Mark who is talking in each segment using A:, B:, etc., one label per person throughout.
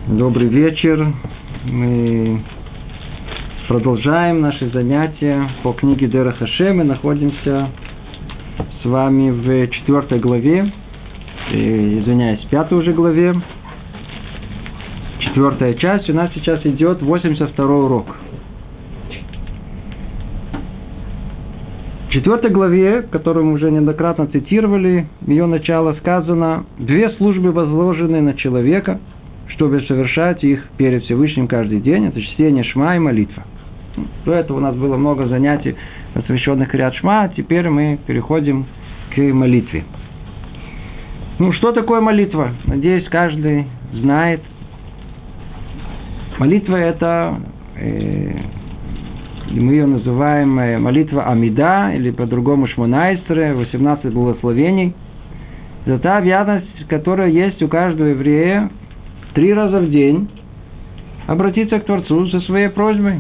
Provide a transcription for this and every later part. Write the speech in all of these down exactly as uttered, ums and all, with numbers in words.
A: Добрый вечер. Мы продолжаем наши занятия по книге Дерех Хашем. Мы находимся с вами в четвертой главе, извиняюсь, пятой уже главе. Четвертая часть. У нас сейчас идет восемьдесят второй урок. В четвертой главе, которую мы уже неоднократно цитировали, ее начало сказано: две службы возложены на человека, чтобы совершать их перед Всевышним каждый день. Это чтение Шма и молитва. До этого у нас было много занятий, посвященных Криат Шма. Теперь мы переходим к молитве. Ну, что такое молитва? Надеюсь, каждый знает. Молитва – это, э, мы ее называем молитва Амида, или по-другому Шмонайсре, восемнадцать благословений. Это та обязанность, которая есть у каждого еврея, три раза в день обратиться к Творцу со своей просьбой.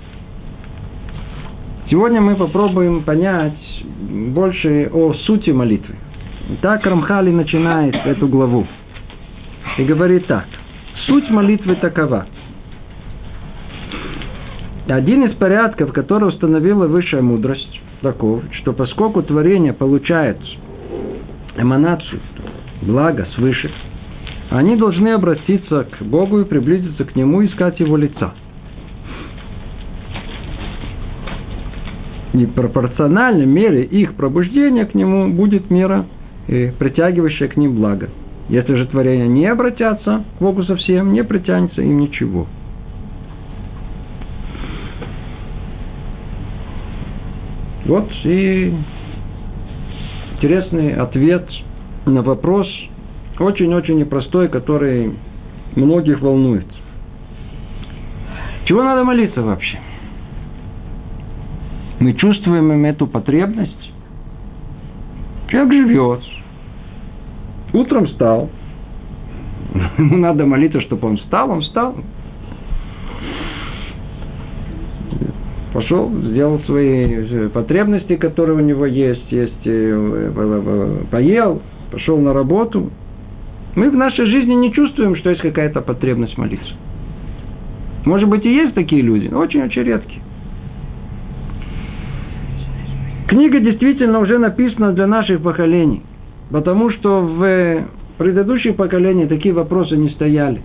A: Сегодня мы попробуем понять больше о сути молитвы. Так Рамхали начинает эту главу и говорит так. Суть молитвы такова. Один из порядков, который установила высшая мудрость, таков, что поскольку творение получает эманацию, благо свыше, они должны обратиться к Богу и приблизиться к Нему, искать Его лица. И пропорционально мере их пробуждения к Нему будет мера, притягивающая к ним благо. Если же творения не обратятся к Богу совсем, не притянется им ничего. Вот и интересный ответ на вопрос, очень-очень непростой, который многих волнует. Чего надо молиться вообще? Мы чувствуем им эту потребность. Человек живет. Утром встал. Ему надо молиться, чтобы он встал, он встал. Пошел, сделал свои потребности, которые у него есть, есть, поел, пошел на работу. Мы в нашей жизни не чувствуем, что есть какая-то потребность молиться. Может быть, и есть такие люди, но очень-очень редкие. Книга действительно уже написана для наших поколений, потому что в предыдущих поколениях такие вопросы не стояли.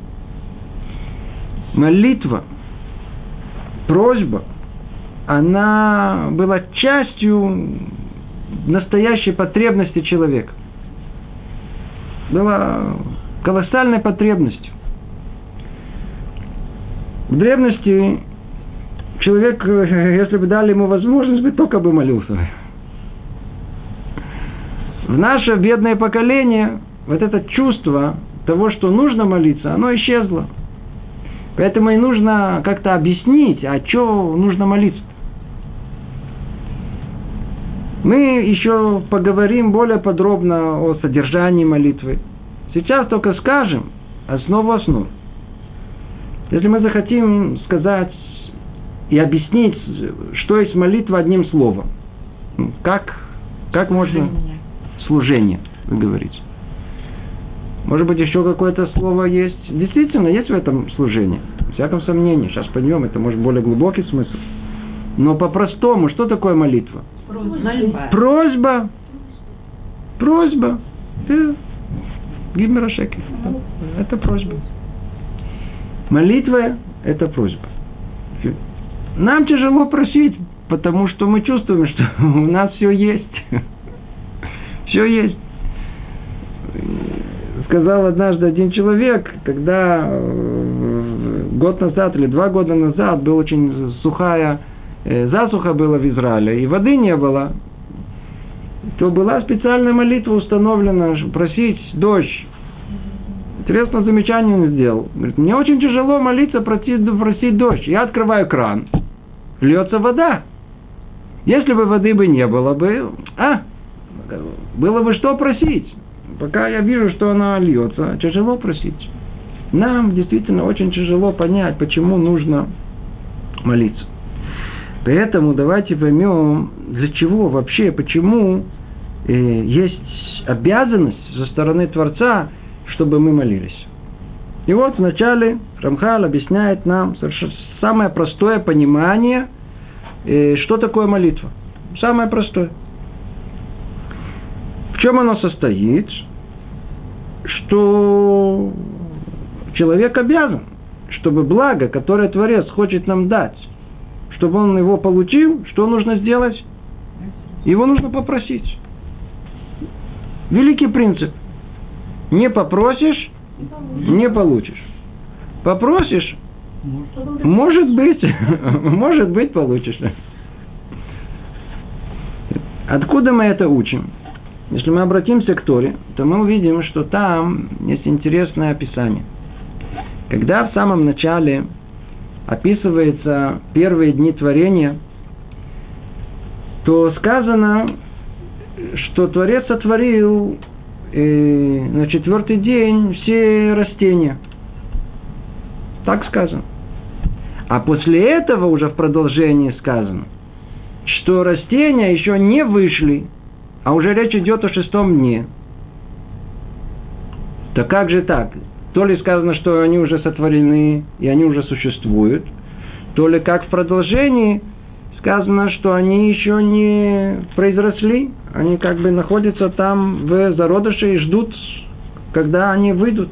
A: Молитва, просьба, она была частью настоящей потребности человека. Была колоссальной потребностью. В древности человек, если бы дали ему возможность, бы только бы молился. В наше бедное поколение вот это чувство того, что нужно молиться, оно исчезло. Поэтому и нужно как-то объяснить, а что нужно молиться. Мы еще поговорим более подробно о содержании молитвы. Сейчас только скажем основу основ. Если мы захотим сказать и объяснить, что есть молитва одним словом, как, как можно... Служение, вы говорите. Может быть, еще какое-то слово есть. Действительно, есть в этом служение. В всяком сомнении. Сейчас поймем, это может более глубокий смысл. Но по-простому, что такое молитва? Просьба. Просьба. Просьба. Гимерашеки. Это просьба. Молитва – это просьба. Нам тяжело просить, потому что мы чувствуем, что у нас все есть. Все есть. Сказал однажды один человек, когда год назад или два года назад была очень сухая, засуха была в Израиле, и воды не было, то была специальная молитва установлена, просить дождь. Интересное замечание он сделал. Говорит, мне очень тяжело молиться, просить, просить дождь. Я открываю кран, льется вода. Если бы воды бы не было бы, а, было бы что просить. Пока я вижу, что она льется, тяжело просить. Нам действительно очень тяжело понять, почему нужно молиться. Поэтому давайте поймем, для чего вообще, почему э, есть обязанность со стороны Творца, чтобы мы молились. И вот вначале Рамхаль объясняет нам самое простое понимание, что такое молитва. Самое простое. В чем оно состоит? Что человек обязан, чтобы благо, которое Творец хочет нам дать, чтобы он его получил, что нужно сделать? Его нужно попросить. Великий принцип. Не попросишь, не получишь. Попросишь, может быть, может быть, получишь. Откуда мы это учим? Если мы обратимся к Торе, то мы увидим, что там есть интересное описание. Когда в самом начале описываются первые дни творения, то сказано, что Творец сотворил э, на четвертый день все растения. Так сказано. А после этого уже в продолжении сказано, что растения еще не вышли, а уже речь идет о шестом дне. Так как же так? То ли сказано, что они уже сотворены, и они уже существуют, то ли как в продолжении сказано, что они еще не произросли, они как бы находятся там в зародыше и ждут, когда они выйдут.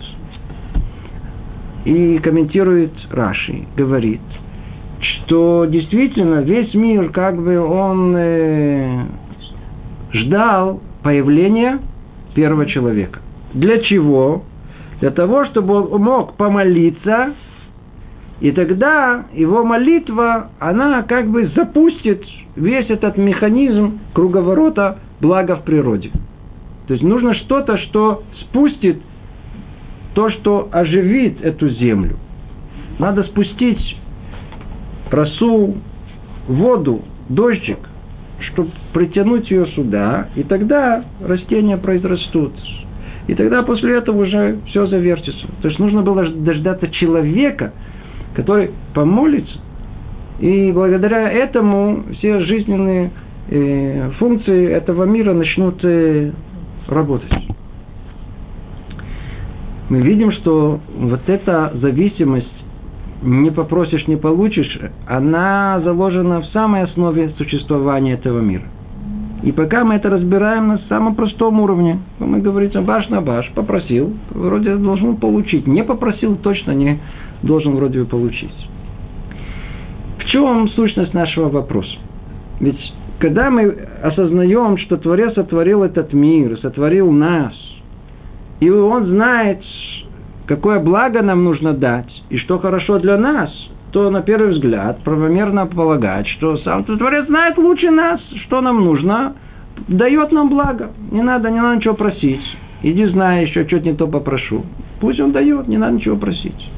A: И комментирует Раши, говорит, что действительно весь мир как бы он э, ждал появления первого человека. Для чего? Для того, чтобы он мог помолиться, и тогда его молитва, она как бы запустит весь этот механизм круговорота блага в природе. То есть нужно что-то, что спустит то, что оживит эту землю. Надо спустить росу, воду, дождик, чтобы притянуть ее сюда, и тогда растения произрастут. И тогда после этого уже все завертится. То есть нужно было дождаться человека, который помолится, и благодаря этому все жизненные э, функции этого мира начнут э, работать. Мы видим, что вот эта зависимость, не попросишь, не получишь, она заложена в самой основе существования этого мира. И пока мы это разбираем на самом простом уровне, мы говорим баш на баш, попросил, вроде должен получить, не попросил, точно не должен вроде бы получить. В чем сущность нашего вопроса? Ведь когда мы осознаем, что Творец сотворил этот мир, сотворил нас, и Он знает, какое благо нам нужно дать, и что хорошо для нас, то на первый взгляд правомерно полагать, что сам Творец знает лучше нас, что нам нужно, дает нам благо. Не надо, не надо ничего просить. Иди, знай, еще что-то не то попрошу. Пусть Он дает, не надо ничего просить.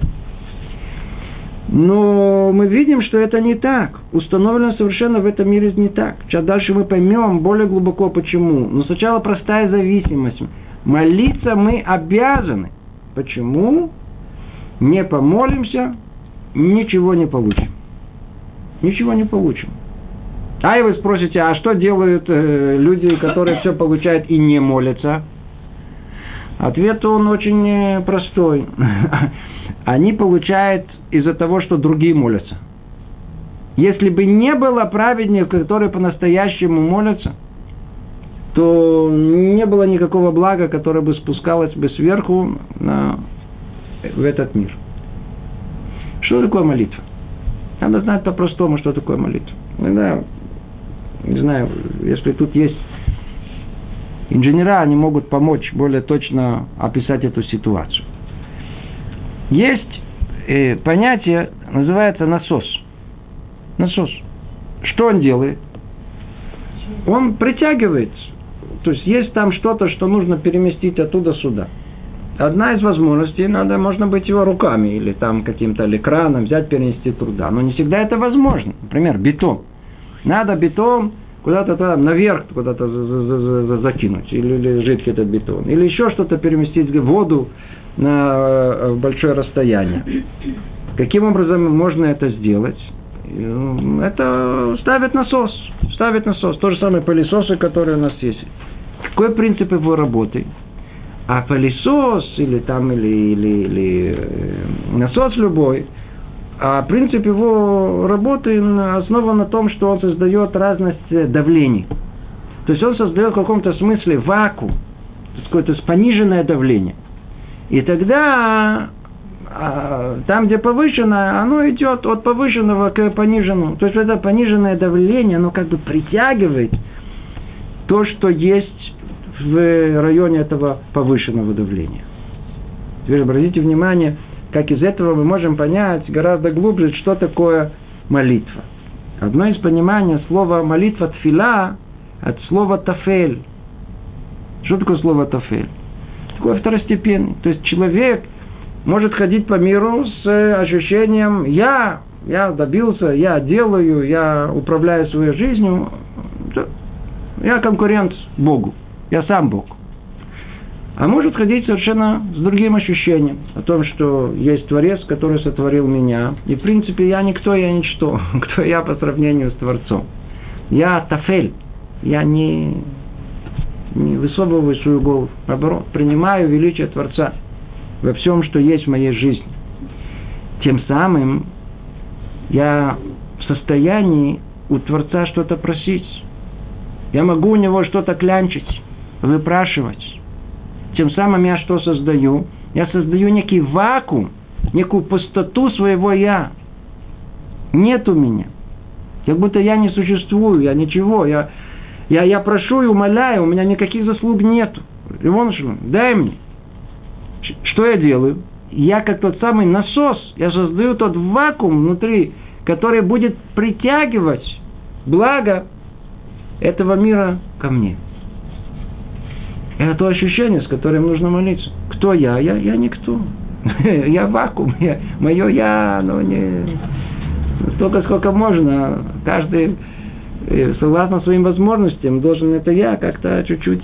A: Но мы видим, что это не так. Установлено совершенно в этом мире не так. Сейчас дальше мы поймем более глубоко почему. Но сначала простая зависимость. Молиться мы обязаны. Почему? Не помолимся, ничего не получим. Ничего не получим. А и вы спросите, а что делают э, люди, которые все получают и не молятся? Ответ он очень простой. Они получают из-за того, что другие молятся. Если бы не было праведников, которые по-настоящему молятся, то не было никакого блага, которое бы спускалось бы сверху на, в этот мир. Что такое молитва? Надо знать по-простому, что такое молитва. Иногда, не знаю, если тут есть инженера, они могут помочь более точно описать эту ситуацию. Есть э, понятие, называется насос. Насос. Что он делает? Он притягивает. То есть есть там что-то, что нужно переместить оттуда сюда. Одна из возможностей, надо, можно быть его руками или там каким-то или краном взять, перенести туда. Но не всегда это возможно. Например, бетон. Надо бетон куда-то там наверх куда-то закинуть. Или, или жидкий этот бетон. Или еще что-то переместить в воду на большое расстояние. Каким образом можно это сделать? Это ставят насос. Ставят насос. То же самое пылесосы, которые у нас есть. Какой принцип его работы? А пылесос или там или, или, или насос любой, а принцип его работы основан на том, что он создает разность давлений. То есть он создает в каком-то смысле вакуум, какое-то пониженное давление. И тогда там, где повышенное, оно идет от повышенного к пониженному. То есть это пониженное давление, оно как бы притягивает то, что есть в районе этого повышенного давления. Теперь обратите внимание, как из этого мы можем понять гораздо глубже, что такое молитва. Одно из пониманий слова молитва тфила от слова тафель. Что такое слово тафель? Такое второстепенное. То есть человек может ходить по миру с ощущением «я», «я добился», «я делаю», «я управляю своей жизнью», «я конкурент Богу», «я сам Бог». А может ходить совершенно с другим ощущением о том, что есть Творец, который сотворил меня. И в принципе я никто, я ничто. Кто я по сравнению с Творцом? Я тафель. Я не, не высовываю свою голову. Наоборот, принимаю величие Творца во всем, что есть в моей жизни. Тем самым я в состоянии у Творца что-то просить. Я могу у него что-то клянчить, выпрашивать. Тем самым я что создаю? Я создаю некий вакуум, некую пустоту своего «я». Нет у меня. Как будто я не существую, я ничего. Я, я, я прошу и умоляю, у меня никаких заслуг нету. Ривон Шлом, дай мне. Что я делаю? Я как тот самый насос, я создаю тот вакуум внутри, который будет притягивать благо этого мира ко мне. Это то ощущение, с которым нужно молиться. Кто я? Я, я никто. Я вакуум. Я, мое я, ну, не столько, сколько можно. Каждый, согласно своим возможностям, должен это я как-то чуть-чуть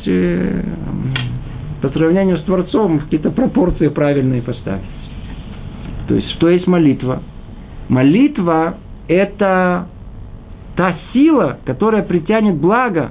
A: по сравнению с Творцом какие-то пропорции правильные поставить. То есть, что есть молитва? Молитва – это та сила, которая притянет благо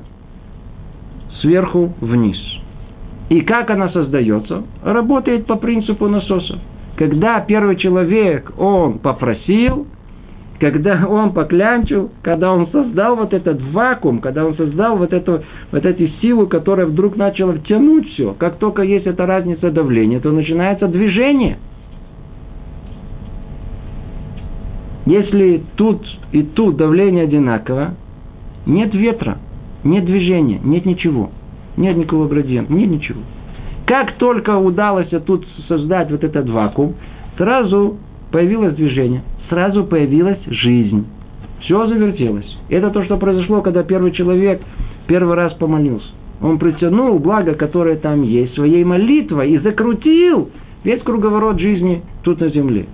A: сверху вниз. И как она создается? Работает по принципу насоса. Когда первый человек, он попросил, когда он поклянчил, когда он создал вот этот вакуум, когда он создал вот эту, вот эту силу, которая вдруг начала тянуть все, как только есть эта разница давления, то начинается движение. Если тут и тут давление одинаково, нет ветра, нет движения, нет ничего. Нет никакого градиента, нет ничего. Как только удалось тут создать вот этот вакуум, сразу появилось движение, сразу появилась жизнь. Все завертелось. Это то, что произошло, когда первый человек первый раз помолился. Он притянул благо, которое там есть, своей молитвой и закрутил весь круговорот жизни тут на земле.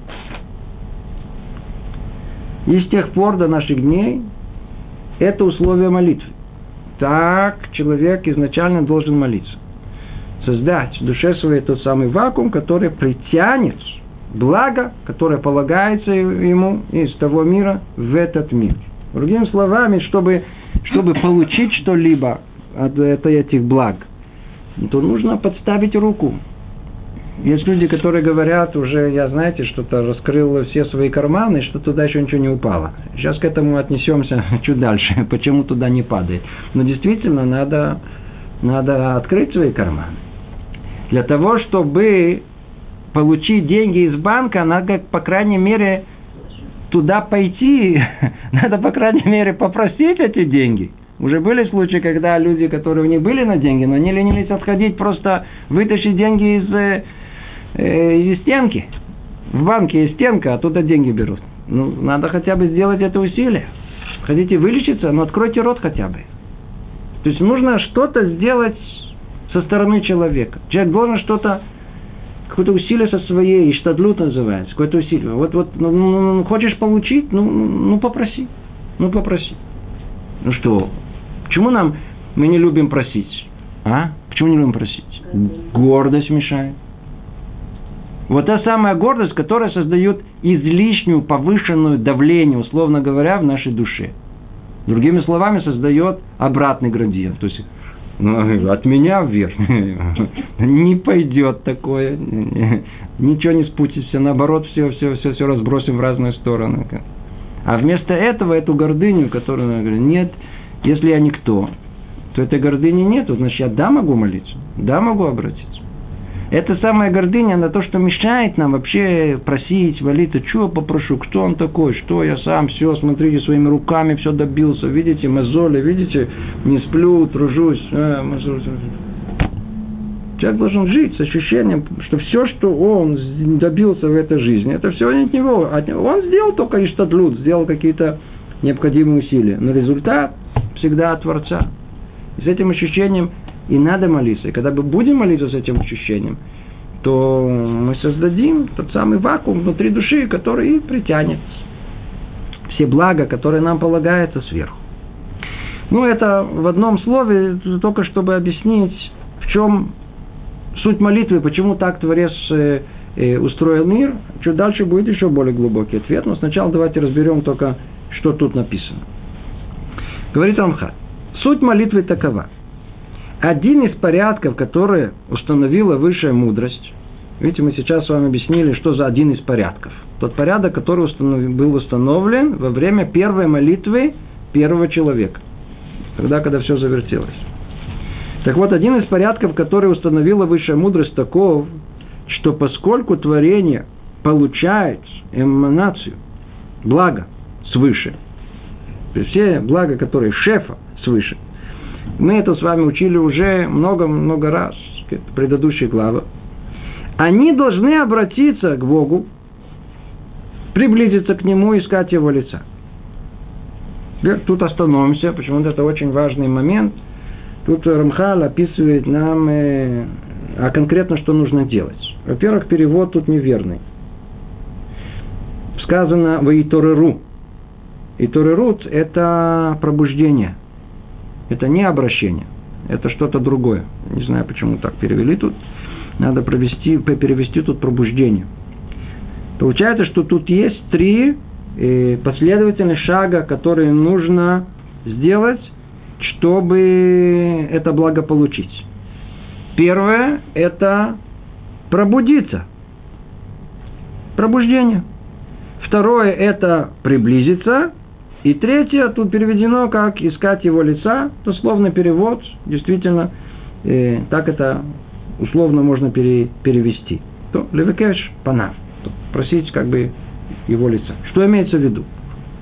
A: И с тех пор до наших дней это условие молитвы. Так человек изначально должен молиться. Создать в душе своей тот самый вакуум, который притянет благо, которое полагается ему из того мира в этот мир. Другими словами, чтобы, чтобы получить что-либо от этих благ, то нужно подставить руку. Есть люди, которые говорят, уже я, знаете, что-то раскрыл все свои карманы, что туда еще ничего не упало. Сейчас к этому отнесемся чуть дальше, почему туда не падает. Но действительно, надо, надо открыть свои карманы. Для того, чтобы получить деньги из банка, надо, по крайней мере, туда пойти, надо, по крайней мере, попросить эти деньги. Уже были случаи, когда люди, которые у них были на деньги, но не ленились отходить, просто вытащить деньги из, э, из стенки. В банке есть стенка, оттуда деньги берут. Ну, надо хотя бы сделать это усилие. Хотите вылечиться, но откройте рот хотя бы. То есть нужно что-то сделать со стороны человека. Человек должен что-то, какое-то усилие со своей, иштадлут называется, какое-то усилие. Вот, вот, ну, ну, хочешь получить, ну, ну, попроси. Ну, попроси. Ну что, почему нам, мы не любим просить? А? Почему не любим просить? Гордость мешает. Вот та самая гордость, которая создает излишнюю, повышенную давление, условно говоря, в нашей душе. Другими словами, создает обратный градиент. То есть Ну, от меня вверх. Не пойдет такое. Ничего не спустится. Наоборот, все, все, все, все разбросим в разные стороны. А вместо этого эту гордыню, которую говорит, нет, если я никто, то этой гордыни нету. Значит, я да могу молиться, да могу обратиться. Это самая гордыня на то, что мешает нам вообще просить, молиться. Чего попрошу? Кто он такой? Что я сам? Все, смотрите, своими руками все добился. Видите, мозоли, видите? Не сплю, тружусь. А, мозоли. Человек должен жить с ощущением, что все, что он добился в этой жизни, это все не от него. Он сделал только иштадлут, сделал какие-то необходимые усилия. Но результат всегда от Творца. И с этим ощущением и надо молиться. И когда мы будем молиться с этим ощущением, то мы создадим тот самый вакуум внутри души, который и притянет все блага, которые нам полагаются сверху. Ну, это в одном слове, только чтобы объяснить, в чем суть молитвы, почему так Творец устроил мир. Чуть дальше будет еще более глубокий ответ. Но сначала давайте разберем только, что тут написано. Говорит Рамхаль. Суть молитвы такова. Один из порядков, которые установила высшая мудрость, видите, мы сейчас с вами объяснили, что за один из порядков. Тот порядок, который установ... был установлен во время первой молитвы первого человека. Тогда, когда все завертелось. Так вот, один из порядков, который установила высшая мудрость, таков, что поскольку творение получает эманацию, благо свыше, все блага, которые шефа свыше, мы это с вами учили уже много-много раз в предыдущих главах. Они должны обратиться к Богу, приблизиться к Нему, искать Его лица. Тут остановимся, почему-то это очень важный момент. Тут Рамхаль описывает нам, э, а конкретно, что нужно делать. Во-первых, перевод тут неверный. Сказано «Ваитореру». Иторерут – это пробуждение. Это не обращение, это что-то другое. Не знаю, почему так перевели тут. Надо провести, перевести тут пробуждение. Получается, что тут есть три последовательных шага, которые нужно сделать, чтобы это благо получить. Первое – это пробудиться. Пробуждение. Второе – это приблизиться. И третье, тут переведено как искать его лица, дословный перевод, действительно, э, так это условно можно пере, перевести. То левекеш панав, то просить как бы его лица. Что имеется в виду?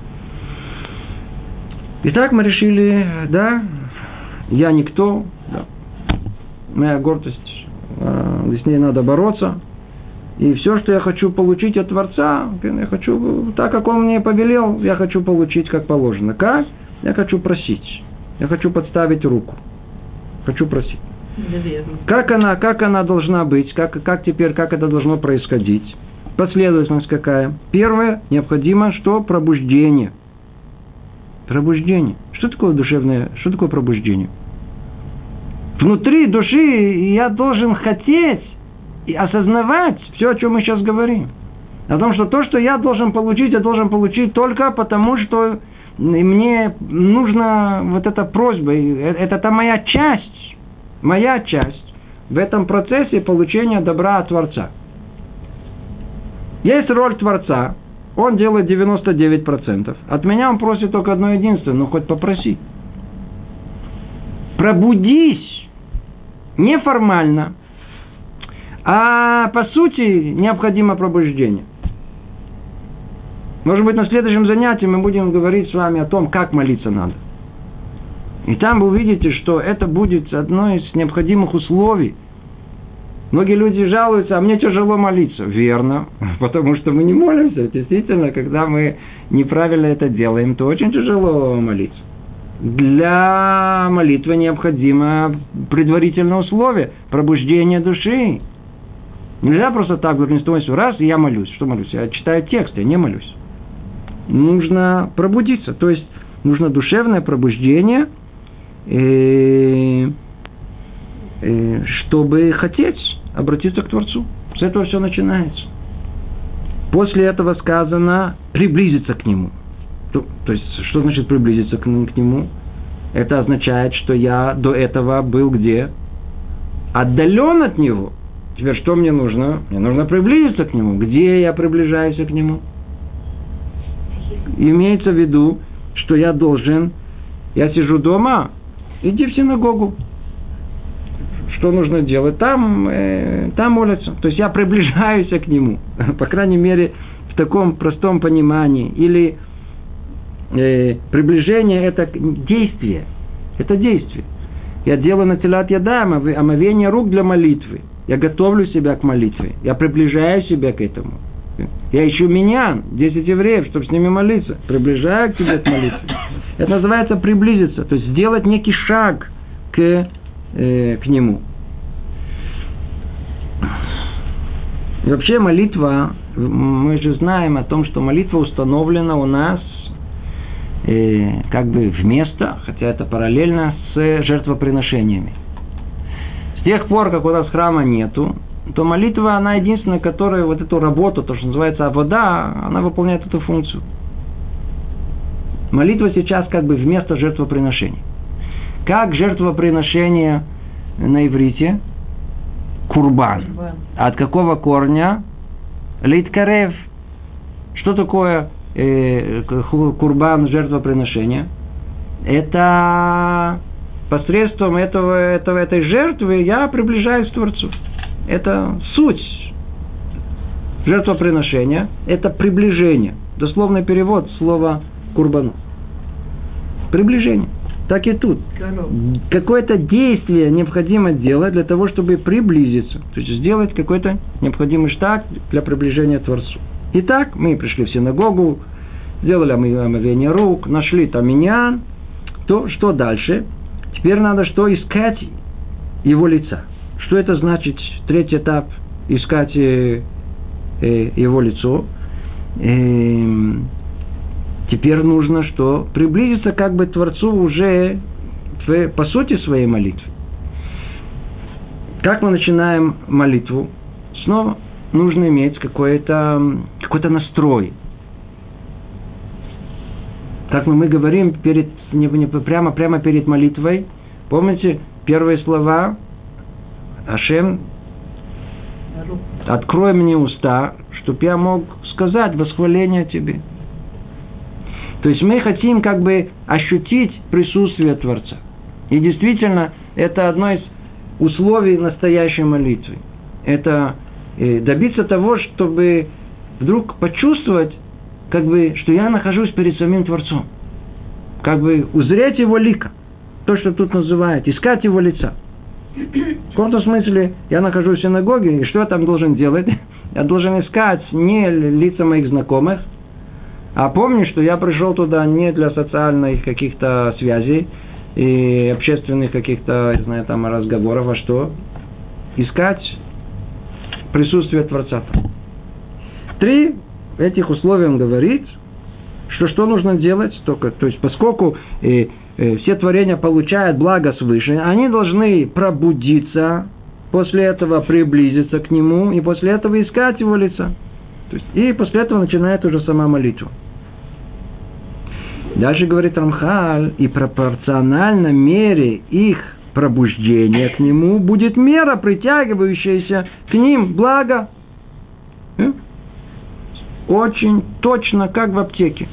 A: Итак, мы решили, да, я никто, да, моя гордость, э, с ней надо бороться. И все, что я хочу получить от Творца, я хочу, так как Он мне повелел, я хочу получить как положено. Как? Я хочу просить. Я хочу подставить руку. Хочу просить. Как она, как она должна быть? Как, как теперь, как это должно происходить? Последовательность какая? Первое, необходимо, что? Пробуждение. Пробуждение. Что такое душевное? Что такое пробуждение? Внутри души я должен хотеть и осознавать все, о чем мы сейчас говорим. О том, что то, что я должен получить, я должен получить только потому, что мне нужна вот эта просьба. Это, это моя часть, моя часть в этом процессе получения добра от Творца. Есть роль Творца, Он делает девяносто девять процентов. От меня Он просит только одно единственное, ну хоть попроси. Пробудись неформально. А по сути необходимо пробуждение. Может быть, на следующем занятии мы будем говорить с вами о том, как молиться надо. И там вы увидите, что это будет одно из необходимых условий. Многие люди жалуются, а мне тяжело молиться. Верно, потому что мы не молимся. Действительно, когда мы неправильно это делаем, то очень тяжело молиться. Для молитвы необходимо предварительное условие – пробуждение души. Нельзя просто так говорить, что раз, и я молюсь. Что молюсь? Я читаю текст, я не молюсь. Нужно пробудиться. То есть, нужно душевное пробуждение, чтобы хотеть обратиться к Творцу. С этого все начинается. После этого сказано приблизиться к Нему. То, то есть, что значит приблизиться к, к Нему? Это означает, что я до этого был где? Отдален от него. Теперь что мне нужно? Мне нужно приблизиться к нему. Где я приближаюсь к нему? Имеется в виду, что я должен, я сижу дома, иди в синагогу. Что нужно делать? Там, э, там молятся. То есть я приближаюсь к нему. По крайней мере, в таком простом понимании. Или э, приближение – это действие. Это действие. Я делаю натилат ядаем, омовение рук для молитвы. Я готовлю себя к молитве. Я приближаю себя к этому. Я ищу миньян, десять евреев, чтобы с ними молиться. Приближаю к тебе к молитве. Это называется приблизиться. То есть сделать некий шаг к, э, к нему. И вообще молитва, мы же знаем о том, что молитва установлена у нас э, как бы вместо, хотя это параллельно с жертвоприношениями. С тех пор, как у нас храма нету, то молитва, она единственная, которая вот эту работу, то, что называется авода, она выполняет эту функцию. Молитва сейчас как бы вместо жертвоприношений. Как жертвоприношение на иврите? Курбан. От какого корня? Лейткарев. Что такое э, курбан, жертвоприношение? Это посредством этого, этого, этой жертвы я приближаюсь к Творцу. Это суть жертвоприношения. Это приближение. Дословный перевод слова курбану. Приближение. Так и тут. Какое-то действие необходимо делать для того, чтобы приблизиться. То есть сделать какой-то необходимый шаг для приближения к Творцу. Итак, мы пришли в синагогу, сделали омовение рук, нашли там миньян. То что дальше? Теперь надо что? Искать его лица. Что это значит? Третий этап. Искать э, э, его лицо. Э, теперь нужно что? Приблизиться как бы к Творцу уже в, по сути своей молитвы. Как мы начинаем молитву? Снова нужно иметь какой-то, какой-то настрой. Как мы, мы говорим перед, не, не, прямо, прямо перед молитвой, помните первые слова Ашем, открой мне уста, чтобы я мог сказать восхваление тебе. То есть мы хотим как бы ощутить присутствие Творца. И действительно, это одно из условий настоящей молитвы. Это добиться того, чтобы вдруг почувствовать, как бы, что я нахожусь перед самим Творцом. Как бы узреть его лика. То, что тут называют, искать его лица. В каком-то смысле я нахожусь в синагоге, и что я там должен делать? Я должен искать не лица моих знакомых, а помни, что я пришел туда не для социальных каких-то связей и общественных каких-то, не знаю, там разговоров, а что? Искать присутствие Творца. Три этих условий он говорит, что что нужно делать, только, то есть поскольку э, э, все творения получают благо свыше, они должны пробудиться, после этого приблизиться к нему, и после этого искать его лица. То есть, и после этого начинает уже сама молитва. Дальше говорит Рамхаль, и пропорционально мере их пробуждения к нему будет мера, притягивающаяся к ним благо. Очень точно, как в аптеке.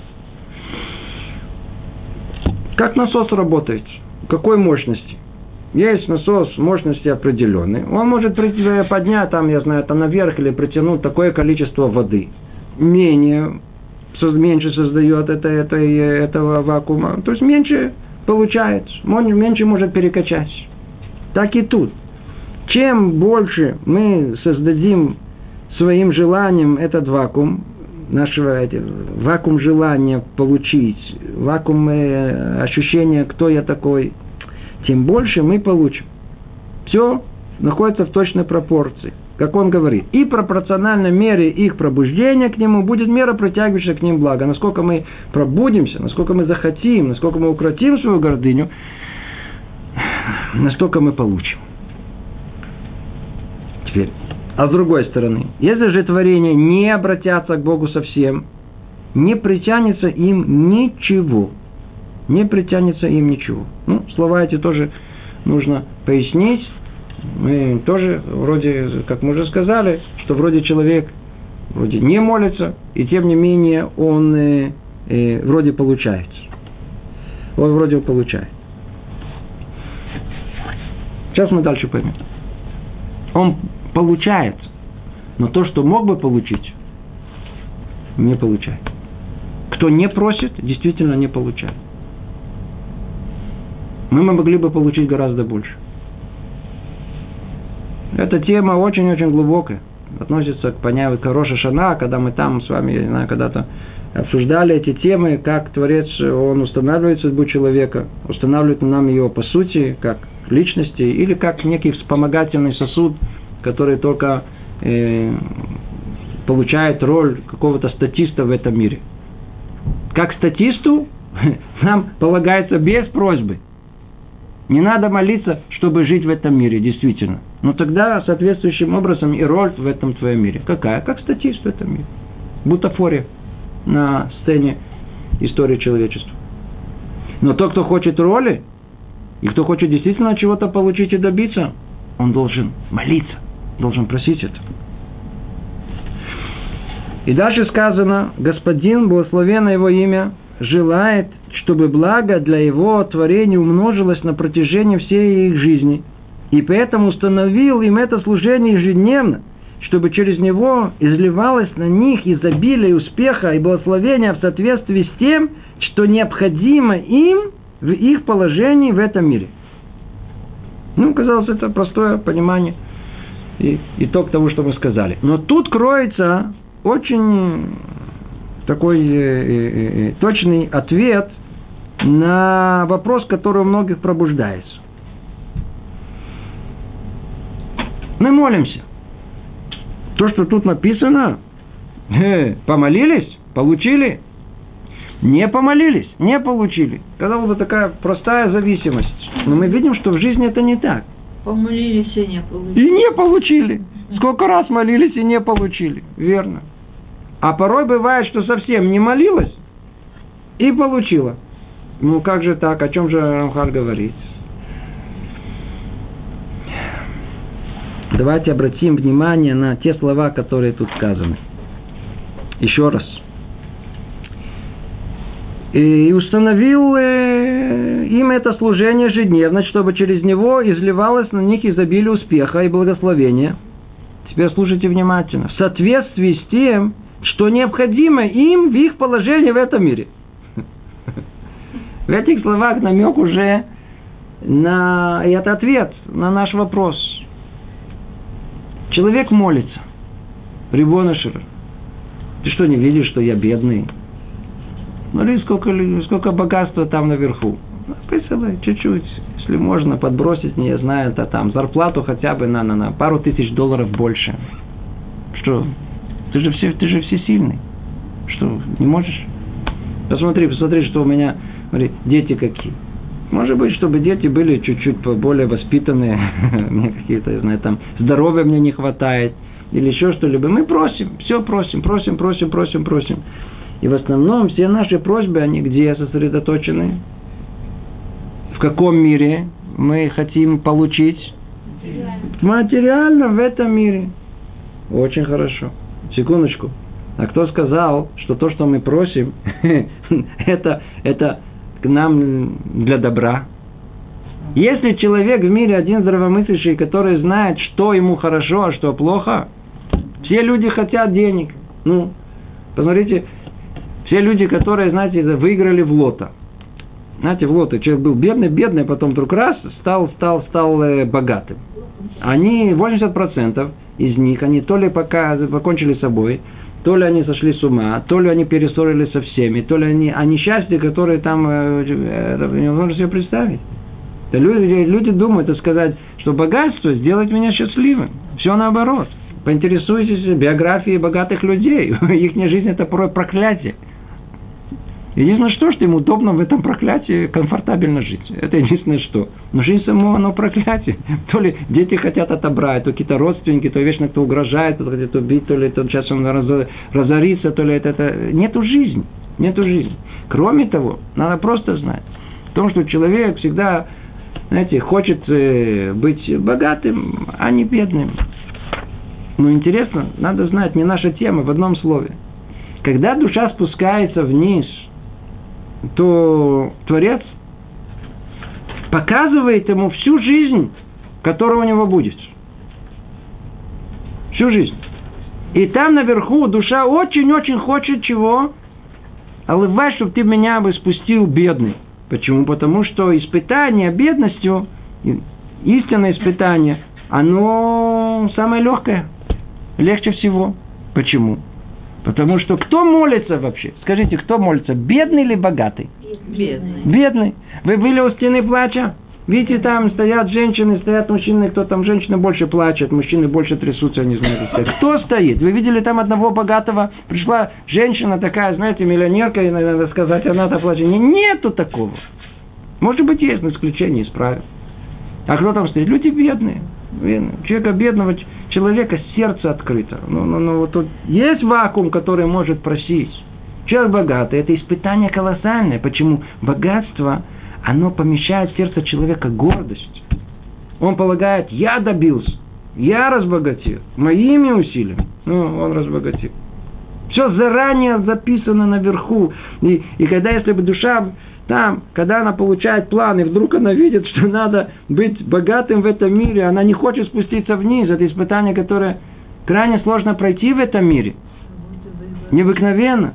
A: Как насос работает? Какой мощности? Есть насос мощности определенной. Он может поднять, там, я знаю, там наверх или притянуть такое количество воды. Менее, меньше создает это, это, этого вакуума. То есть меньше получается, меньше может перекачать. Так и тут. Чем больше мы создадим своим желанием этот вакуум, нашего эти, вакуум желания получить, вакуум э, ощущения, кто я такой, тем больше мы получим. Все находится в точной пропорции. Как он говорит, и пропорционально мере их пробуждения к нему будет мера, притягивающая к ним благо. Насколько мы пробудимся, насколько мы захотим, насколько мы укротим свою гордыню, настолько мы получим. Теперь. А с другой стороны, если же творения не обратятся к Богу совсем, не притянется им ничего. Не притянется им ничего. Ну, слова эти тоже нужно пояснить. Мы тоже вроде, как мы уже сказали, что вроде человек вроде не молится, и тем не менее он э, э, вроде получает. Он вроде получает. Сейчас мы дальше поймем. Он получает, но то, что мог бы получить, не получает. Кто не просит, действительно не получает. Мы могли бы получить гораздо больше. Эта тема очень-очень глубокая. Относится к понятию Рош ха-Шана, когда мы там с вами, я знаю, когда-то обсуждали эти темы, как Творец, он устанавливает судьбу человека, устанавливает нам ее по сути, как личности, или как некий вспомогательный сосуд, который только э, получает роль какого-то статиста в этом мире. Как статисту нам полагается без просьбы. Не надо молиться, чтобы жить в этом мире, действительно. Но тогда соответствующим образом и роль в этом твоем мире. Какая? Как статист в этом мире. Бутафория на сцене истории человечества. Но тот, кто хочет роли, и кто хочет действительно чего-то получить и добиться, он должен молиться, должен просить это. И дальше сказано, Господин, благословенно его имя, желает, чтобы благо для его творения умножилось на протяжении всей их жизни. И поэтому установил им это служение ежедневно, чтобы через него изливалось на них изобилие успеха и благословения в соответствии с тем, что необходимо им в их положении в этом мире. Ну, казалось, это простое понимание и итог того, что мы сказали. Но тут кроется очень такой э, э, э, точный ответ на вопрос, который у многих пробуждается. Мы молимся. То, что тут написано, э, помолились, получили, не помолились, не получили. Казалось бы, такая простая зависимость. Но мы видим, что в жизни это не так.
B: Помолились и не получили.
A: И не получили. Сколько раз молились и не получили. Верно. А порой бывает, что совсем не молилась и получила. Ну, как же так? О чем же Рамхаль говорит? Давайте обратим внимание на те слова, которые тут сказаны. Еще раз. И установил э, им это служение ежедневно, чтобы через него изливалось на них изобилие успеха и благословения. Теперь слушайте внимательно. В соответствии с тем, что необходимо им в их положении в этом мире. В этих словах намек уже на... И это ответ на наш вопрос. Человек молится. Рибоно шель. Ты что, не видишь, что я бедный? Смотри, сколько, сколько богатства там наверху. Присылай чуть-чуть. Если можно подбросить мне, я знаю, это там зарплату хотя бы на, на, на пару тысяч долларов больше. Что? Ты же, все, ты же всесильный. Что, не можешь? Посмотри, посмотри, что у меня, смотри, дети какие. Может быть, чтобы дети были чуть-чуть более воспитанные, мне какие-то, я знаю, там, здоровья мне не хватает, или еще что-либо. Мы просим, все просим, просим, просим, просим, просим. И в основном все наши просьбы, они где сосредоточены? В каком мире мы хотим получить? Материально в этом мире. Очень хорошо. Секундочку. А кто сказал, что то, что мы просим, это, это к нам для добра? Если человек в мире один здравомыслящий, который знает, что ему хорошо, а что плохо, все люди хотят денег. Ну, посмотрите, все люди, которые, знаете, выиграли в лото. Знаете, в лото человек был бедный, бедный, а потом вдруг раз стал, стал, стал э, богатым. Они, восемьдесят процентов из них, они то ли пока покончили с собой, то ли они сошли с ума, то ли они перессорились со всеми, то ли они, а несчастье, которое там, это невозможно себе представить. Это люди, люди думают, это сказать, что богатство сделает меня счастливым. Все наоборот. Поинтересуйтесь биографией богатых людей. Их жизнь – это порой проклятие. Единственное, что, что им удобно в этом проклятии комфортабельно жить. Это единственное, что. Но жизнь само, оно проклятие. То ли дети хотят отобрать, то какие-то родственники, то вечно кто угрожает, кто хотят убить, то ли то сейчас он разорится, то ли это, это... Нету жизни. Нету жизни. Кроме того, надо просто знать о том, что человек всегда, знаете, хочет быть богатым, а не бедным. Но интересно, надо знать, не наша тема, в одном слове. Когда душа спускается вниз, то Творец показывает ему всю жизнь, которая у него будет. Всю жизнь. И там наверху душа очень-очень хочет чего? Аллах, чтобы ты меня бы спустил бедный. Почему? Потому что испытание бедностью, истинное испытание, оно самое легкое. Легче всего. Почему? Потому что кто молится вообще? Скажите, кто молится? Бедный или богатый?
B: Бедный.
A: Бедный. Вы были у стены плача? Видите, там стоят женщины, стоят мужчины, кто там, женщины больше плачут, мужчины больше трясутся, не знаю, кто стоит. Кто стоит? Вы видели там одного богатого? Пришла женщина такая, знаете, миллионерка, и надо сказать, она-то плачет. Нету такого. Может быть, есть, но исключение из правил. А кто там стоит? Люди бедные. бедные. Человека бедного, человека сердце открыто. Ну, ну, ну, вот тут есть вакуум, который может просить. Человек богатый, это испытание колоссальное. Почему? Богатство, оно помещает в сердце человека гордость. Он полагает, я добился, я разбогател, моими усилиями. Ну, он разбогател. Все заранее записано наверху. И, и когда, если бы душа там, когда она получает план, и вдруг она видит, что надо быть богатым в этом мире, она не хочет спуститься вниз. Это испытание, которое крайне сложно пройти в этом мире. Необыкновенно.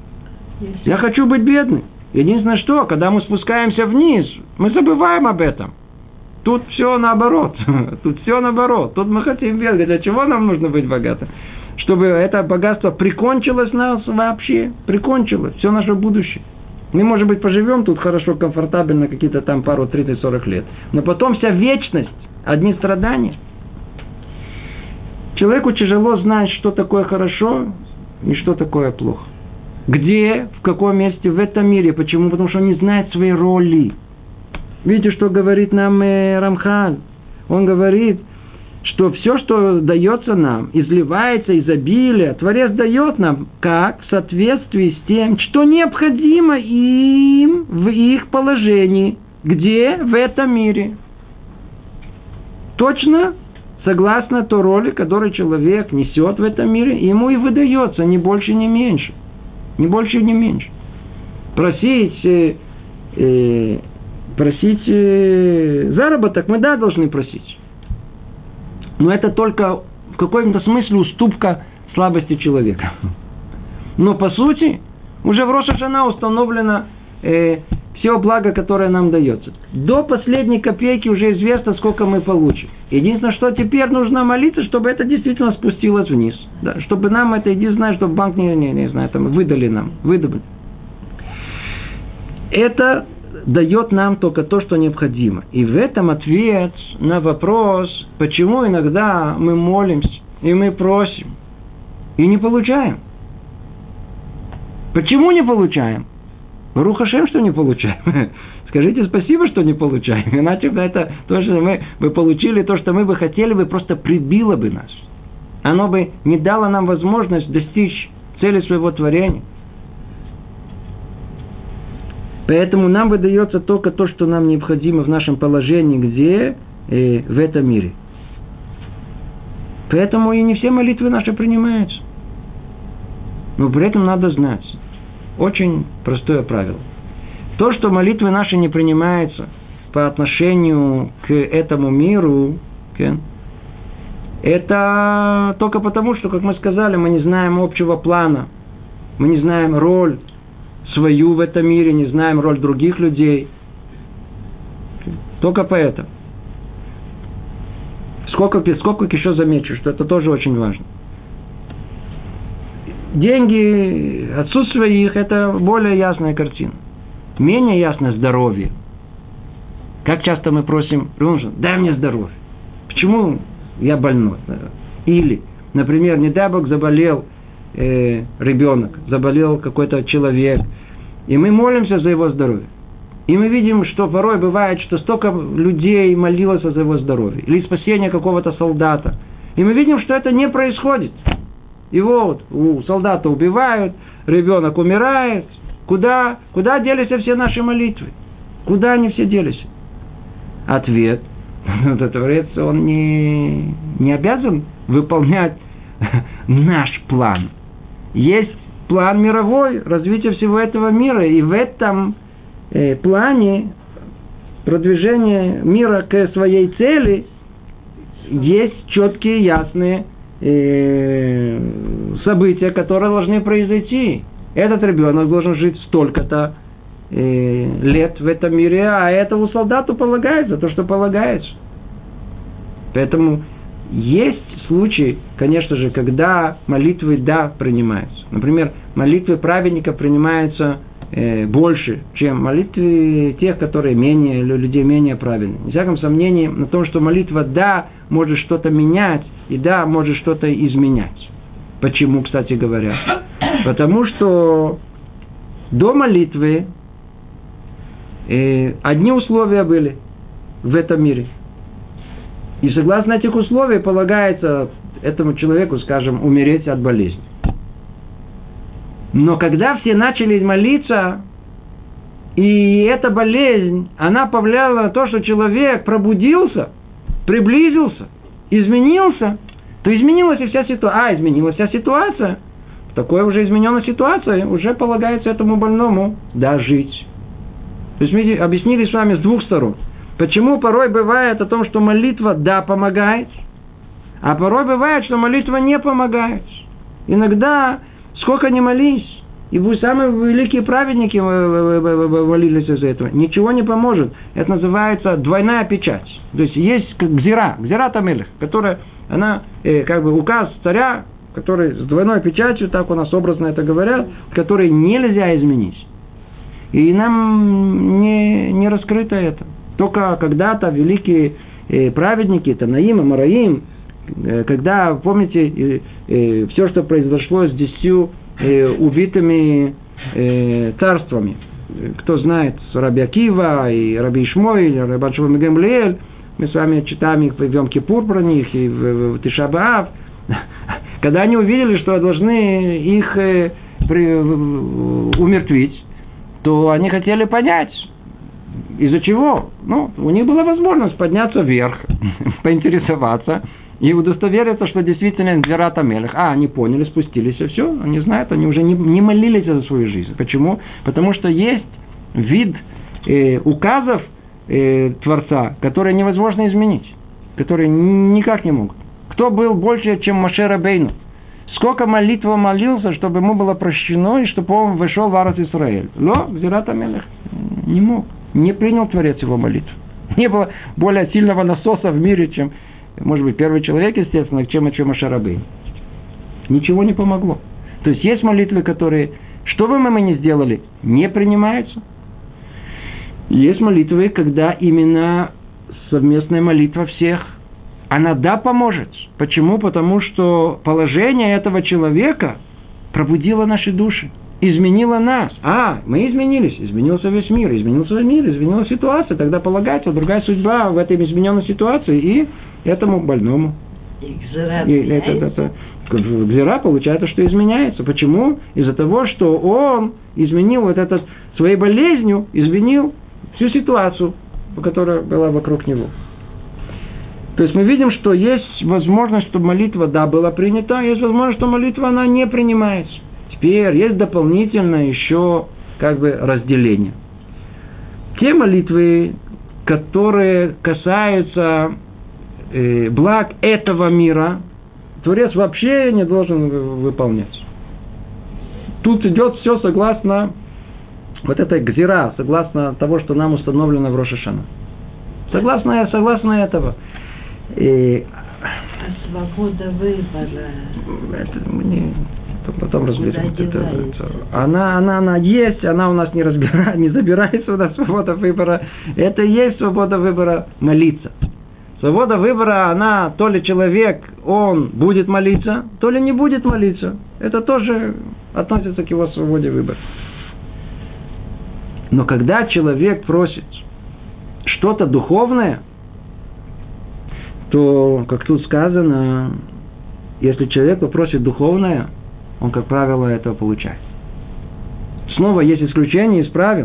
A: Я хочу быть бедным. Единственное, что, когда мы спускаемся вниз, мы забываем об этом. Тут все наоборот. Тут все наоборот. Тут мы хотим бедным. Для чего нам нужно быть богатым? Чтобы это богатство прикончилось нас вообще. Прикончилось. Все наше будущее. Мы, может быть, поживем тут хорошо, комфортабельно, какие-то там пару, тридцать-сорок лет. Но потом вся вечность, одни страдания. Человеку тяжело знать, что такое хорошо и что такое плохо. Где, в каком месте в этом мире. Почему? Потому что он не знает своей роли. Видите, что говорит нам Рамхан? Он говорит, что все, что дается нам, изливается изобилие, Творец дает нам, как в соответствии с тем, что необходимо им в их положении. Где? В этом мире. Точно согласно той роли, которую человек несет в этом мире, ему и выдается, ни больше, ни меньше. Ни больше, ни меньше. Просить, э, э, просить э, заработок мы, да, должны просить. Но это только в каком-то смысле уступка слабости человека. Но по сути, уже в Рош ха-Шана установлено э, все благо, которое нам дается. До последней копейки уже известно, сколько мы получим. Единственное, что теперь нужно молиться, чтобы это действительно спустилось вниз. Да, чтобы нам это, иди знай, чтобы банк не, не, не знаю, там, выдали нам. Выдали. Это дает нам только то, что необходимо. И в этом ответ на вопрос, почему иногда мы молимся, и мы просим, и не получаем. Почему не получаем? Барух Ашем, что не получаем. Скажите спасибо, что не получаем. Иначе бы это то, что мы бы получили, то, что мы бы хотели, бы просто прибило бы нас. Оно бы не дало нам возможность достичь цели своего творения. Поэтому нам выдается только то, что нам необходимо в нашем положении, где э, в этом мире. Поэтому и не все молитвы наши принимаются. Но при этом надо знать. Очень простое правило. То, что молитвы наши не принимаются по отношению к этому миру, это только потому, что, как мы сказали, мы не знаем общего плана. Мы не знаем роль свою в этом мире, не знаем роль других людей. Только поэтому. Сколько, сколько еще замечу, что это тоже очень важно. Деньги, отсутствие их, это более ясная картина. Менее ясное здоровье. Как часто мы просим, дай мне здоровье. Почему я больной? Или, например, не дай Бог, заболел э, ребенок, заболел какой-то человек, и мы молимся за его здоровье. И мы видим, что порой бывает, что столько людей молилось за его здоровье. Или спасение какого-то солдата. И мы видим, что это не происходит. И вот, у солдата убивают, ребенок умирает. Куда, куда делись все наши молитвы? Куда они все делись? Ответ. Творец, он не, не обязан выполнять наш план. Есть план мировой, развития всего этого мира. И в этом э, плане продвижения мира к своей цели есть четкие, ясные э, события, которые должны произойти. Этот ребенок должен жить столько-то э, лет в этом мире, а этому солдату полагается то, что полагается. Поэтому есть случаи, конечно же, когда молитвы, да, принимаются. Например, молитвы праведника принимаются э, больше, чем молитвы тех, которые менее, людей менее праведные. Не всяком сомнении на том, что молитва, да, может что-то менять, и да, может что-то изменять. Почему, кстати говоря? Потому что до молитвы э, одни условия были в этом мире. И согласно этих условий полагается этому человеку, скажем, умереть от болезни. Но когда все начали молиться, и эта болезнь, она повлияла на то, что человек пробудился, приблизился, изменился, то изменилась и вся ситуация. А, изменилась вся ситуация. В такой уже измененной ситуации уже полагается этому больному да жить. То есть мы объяснили с вами с двух сторон. Почему порой бывает о том, что молитва да помогает, а порой бывает, что молитва не помогает. Иногда, сколько ни молись, и будь самые великие праведники молились из-за этого, ничего не поможет. Это называется двойная печать. То есть есть гзира, гзира тамелех, которая, она э, как бы указ царя, который с двойной печатью, так у нас образно это говорят, который нельзя изменить. И нам не, не раскрыто это. Только когда-то великие э, праведники, Танаим, Амараим, э, когда, помните, э, э, все, что произошло с десятью э, убитыми э, царствами. Кто знает, Раби Акива, и Раби Ишмой, и Раби Шимон бен Гамлиэль, мы с вами читаем их в Йом-Кипур про них, и в, в Тиша б'Ав. Когда они увидели, что должны их э, при, умертвить, то они хотели понять, из-за чего? Ну, у них была возможность подняться вверх, поинтересоваться и удостовериться, что действительно гзира тамелех. А, они поняли, спустились, и все, они знают, они уже не, не молились за свою жизнь. Почему? Потому что есть вид э, указов э, Творца, которые невозможно изменить, которые никак не могут. Кто был больше, чем Моше Рабейну? Сколько молитв он молился, чтобы ему было прощено, и чтобы он вошел в Арец Исраэль? Но гзира тамелех не мог. Не принял Творец его молитву. Не было более сильного насоса в мире, чем, может быть, первый человек, естественно, чем, чем Моше Рабейну. Ничего не помогло. То есть, есть молитвы, которые, что бы мы ни сделали, не принимаются. Есть молитвы, когда именно совместная молитва всех, она да поможет. Почему? Потому что положение этого человека пробудило наши души. Изменила нас. А, мы изменились. Изменился весь мир. Изменился мир, изменилась ситуация. Тогда полагается другая судьба в этой измененной ситуации и этому больному.
B: И гзира
A: и это, это, это, гзира получается, что изменяется. Почему? Из-за того, что он изменил вот этот своей болезнью, изменил всю ситуацию, которая была вокруг него. То есть мы видим, что есть возможность, чтобы молитва да была принята, есть возможность, что молитва она не принимается. Теперь есть дополнительное еще как бы разделение. Те молитвы, которые касаются э, благ этого мира, Творец вообще не должен выполнять. Тут идет все согласно вот этой гзира, согласно того, что нам установлено в Рош ха-Шана. Согласно, согласно этого. И...
B: А свобода выбора.
A: Это мне... Потом разберем. Это, это, она, она, она есть, она у нас не разбирает, не забирается у нас свобода выбора. Это и есть свобода выбора молиться. Свобода выбора, она то ли человек, он будет молиться, то ли не будет молиться. Это тоже относится к его свободе выбора. Но когда человек просит что-то духовное, то, как тут сказано, если человек попросит духовное, он, как правило, этого получает. Снова есть исключения из правил.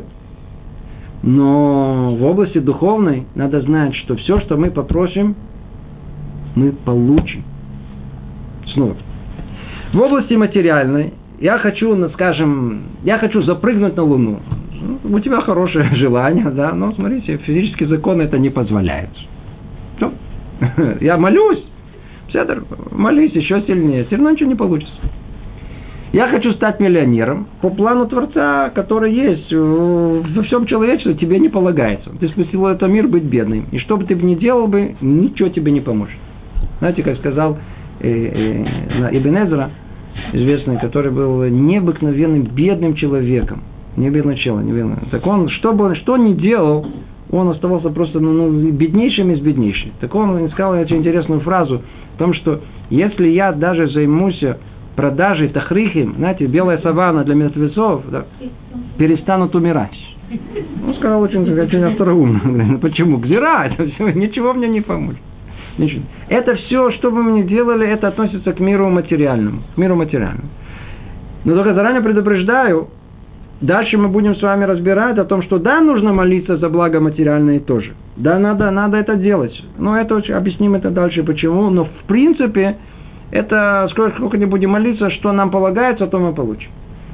A: Но в области духовной надо знать, что все, что мы попросим, мы получим. Снова. В области материальной я хочу, скажем, я хочу запрыгнуть на Луну. У тебя хорошее желание, да, но смотрите, физический закон это не позволяет. Все. Я молюсь, Седер, молись еще сильнее, все равно ничего не получится. Я хочу стать миллионером по плану Творца, который есть во всем человечестве, тебе не полагается. Ты спустил этот мир быть бедным. И что бы ты ни делал бы, ничего тебе не поможет. Знаете, как сказал э, э, Ибн Эзра, известный, который был необыкновенным бедным человеком. Не бедный человек, не бедный. Так он, что бы он, что ни делал, он оставался просто ну, беднейшим из беднейших. Так он сказал очень интересную фразу о том, что если я даже займусь продажей тахрихим, знаете, белая саванна для мертвецов, да, перестанут умирать. Он сказал очень, очень остроумно. Почему? Гзира, это все, ничего мне не поможет. Ничего. Это все, что бы мы ни делали, это относится к миру материальному. К миру материальному. Но только заранее предупреждаю, дальше мы будем с вами разбирать о том, что да, нужно молиться за благо материальное тоже. Да, надо, надо это делать. Но это объясним это дальше, почему. Но в принципе, это сколько, сколько не будем молиться, что нам полагается, то мы получим.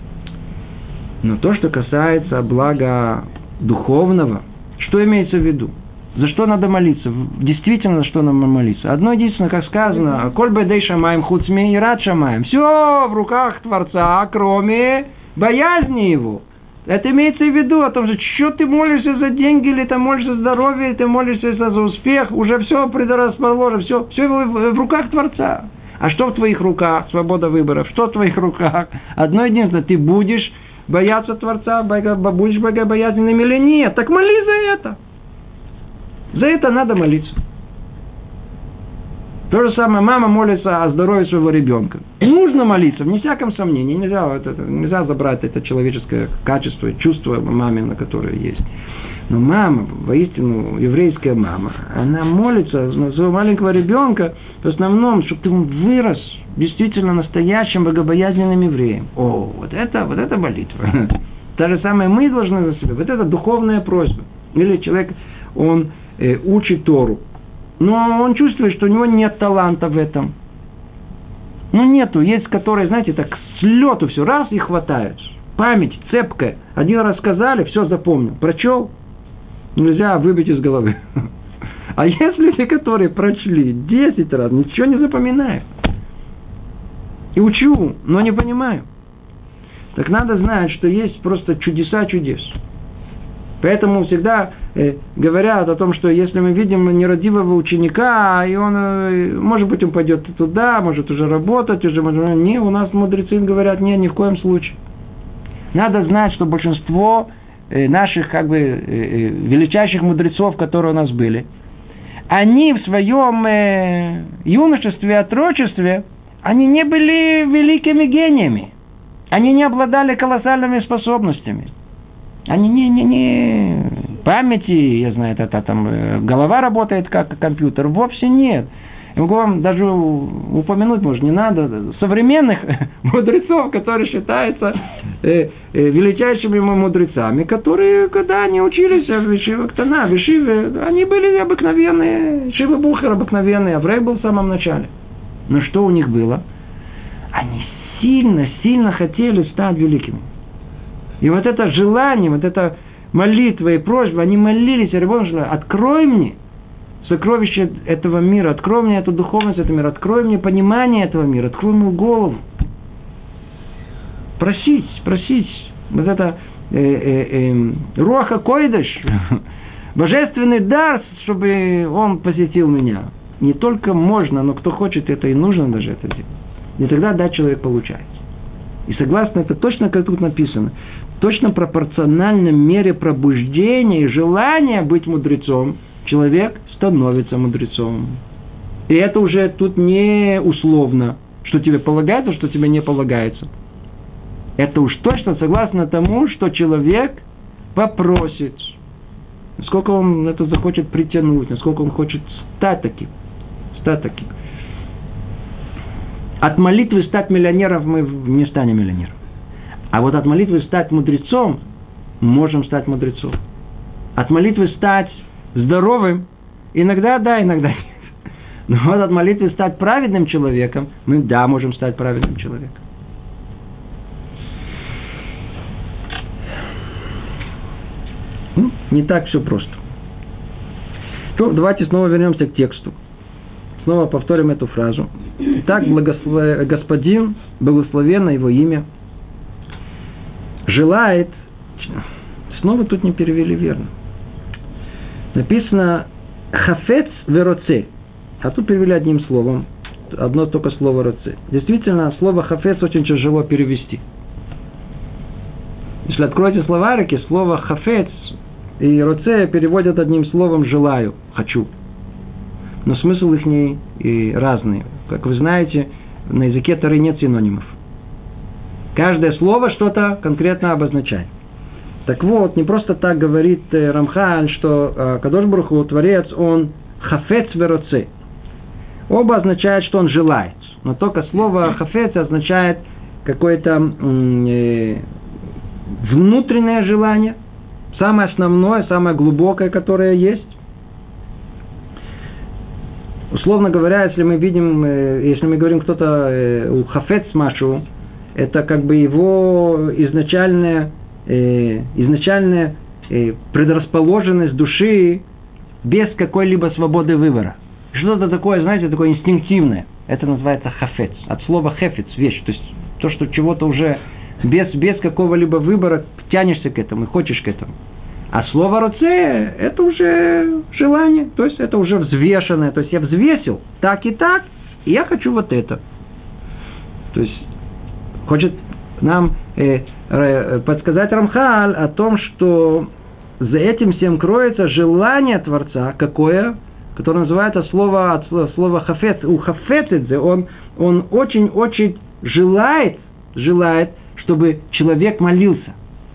A: Но то, что касается блага духовного, что имеется в виду? За что надо молиться? Действительно, за что нам молиться? Одно единственное, как сказано, «Коль бэдэй шамаем хуцми и рад шамаем». Все в руках Творца, кроме боязни Его. Это имеется в виду о том, что ты молишься за деньги, или ты молишься за здоровье, или ты молишься за успех, уже все предрасположено, все, все в руках Творца. А что в твоих руках? Свобода выбора. Что в твоих руках? Одно единственное, ты будешь бояться Творца, будешь богобоязненным или нет. Так моли за это. За это надо молиться. То же самое, мама молится о здоровье своего ребенка. Нужно молиться, вне всяком сомнении. Нельзя, это, нельзя забрать это человеческое качество, чувство мамина, которое есть. Но мама, воистину еврейская мама, она молится за своего маленького ребенка в основном, чтобы он вырос действительно настоящим богобоязненным евреем. О, вот это, вот это молитва. То же самое мы должны за себя. Вот это духовная просьба. Или человек, он э, учит Тору, но он чувствует, что у него нет таланта в этом. Ну, нету. Есть, которые, знаете, так с лету все раз и хватают. Память цепкая. Один раз сказали, все запомнил. Прочел, нельзя выбить из головы. А есть люди, которые прочли десять раз, ничего не запоминают. И учу, но не понимаю. Так надо знать, что есть просто чудеса чудес. Поэтому всегда э, говорят о том, что если мы видим нерадивого ученика, и он, э, может быть, он пойдет туда, может уже работать, уже может... Не, у нас мудрецы говорят, не, ни в коем случае. Надо знать, что большинство э, наших, как бы, э, величайших мудрецов, которые у нас были, они в своем э, юношестве, отрочестве, они не были великими гениями. Они не обладали колоссальными способностями. Они не, не, не памяти, я знаю, это, это там голова работает как компьютер, вовсе нет. Я могу вам даже упомянуть, может, не надо, современных мудрецов, которые считаются э, э, величайшими мудрецами, которые, когда они учились в Ешиве Ктана, в Ешиве, они были обыкновенные, Шива Бухер обыкновенный, Аврей был в самом начале. Но что у них было? Они сильно, сильно хотели стать великими. И вот это желание, вот это молитва и просьба, они молились, открой мне сокровище этого мира, открой мне эту духовность этого мира, открой мне понимание этого мира, открой мою голову. Просить, просить. Вот это э, э, э, Руаха Койдеш, божественный дар, чтобы он посетил меня. Не только можно, но кто хочет, это и нужно даже это делать. И тогда, да, человек получает. И согласно, это точно, как тут написано, точно пропорционально мере пробуждения и желания быть мудрецом, человек становится мудрецом. И это уже тут не условно, что тебе полагается, что тебе не полагается. Это уж точно согласно тому, что человек попросит, насколько он это захочет притянуть, насколько он хочет стать таким. Стать таким. От молитвы стать миллионером мы не станем миллионером. А вот от молитвы стать мудрецом можем стать мудрецом. От молитвы стать здоровым иногда да, иногда нет. Но вот от молитвы стать праведным человеком мы да, можем стать праведным человеком. Ну, не так все просто. Ну, давайте снова вернемся к тексту. Снова повторим эту фразу. Итак, благослов... Господин, благословенно его имя, желает... Снова тут не перевели верно. Написано «хафец вероце», а тут перевели одним словом. Одно только слово «роце». Действительно, слово «хафец» очень тяжело перевести. Если откроете словарики, слово «хафец» и «роце» переводят одним словом «желаю», «хочу». Но смысл их не и разный. Как вы знаете, на языке Торы нет синонимов. Каждое слово что-то конкретно обозначает. Так вот, не просто так говорит Рамхаль, что Кадош Барух Ху, Творец, он хафец вероце. Оба означают, что он желает. Но только слово хафец означает какое-то э, внутреннее желание, самое основное, самое глубокое, которое есть. Условно говоря, если мы видим, если мы говорим, кто-то у хафец машу, это как бы его изначальная, изначальная предрасположенность души без какой-либо свободы выбора. Что-то такое, знаете, такое инстинктивное. Это называется хафец. От слова хефец, вещь. То есть то, что чего-то уже без, без какого-либо выбора тянешься к этому и хочешь к этому. А слово «роце» – это уже желание, то есть это уже взвешенное. То есть я взвесил так и так, и я хочу вот это. То есть хочет нам э, э, подсказать Рамхаль о том, что за этим всем кроется желание Творца, какое, которое называется слово, от слова, слова «хафец». У «хафецидзе» он, он очень-очень желает, желает, чтобы человек молился.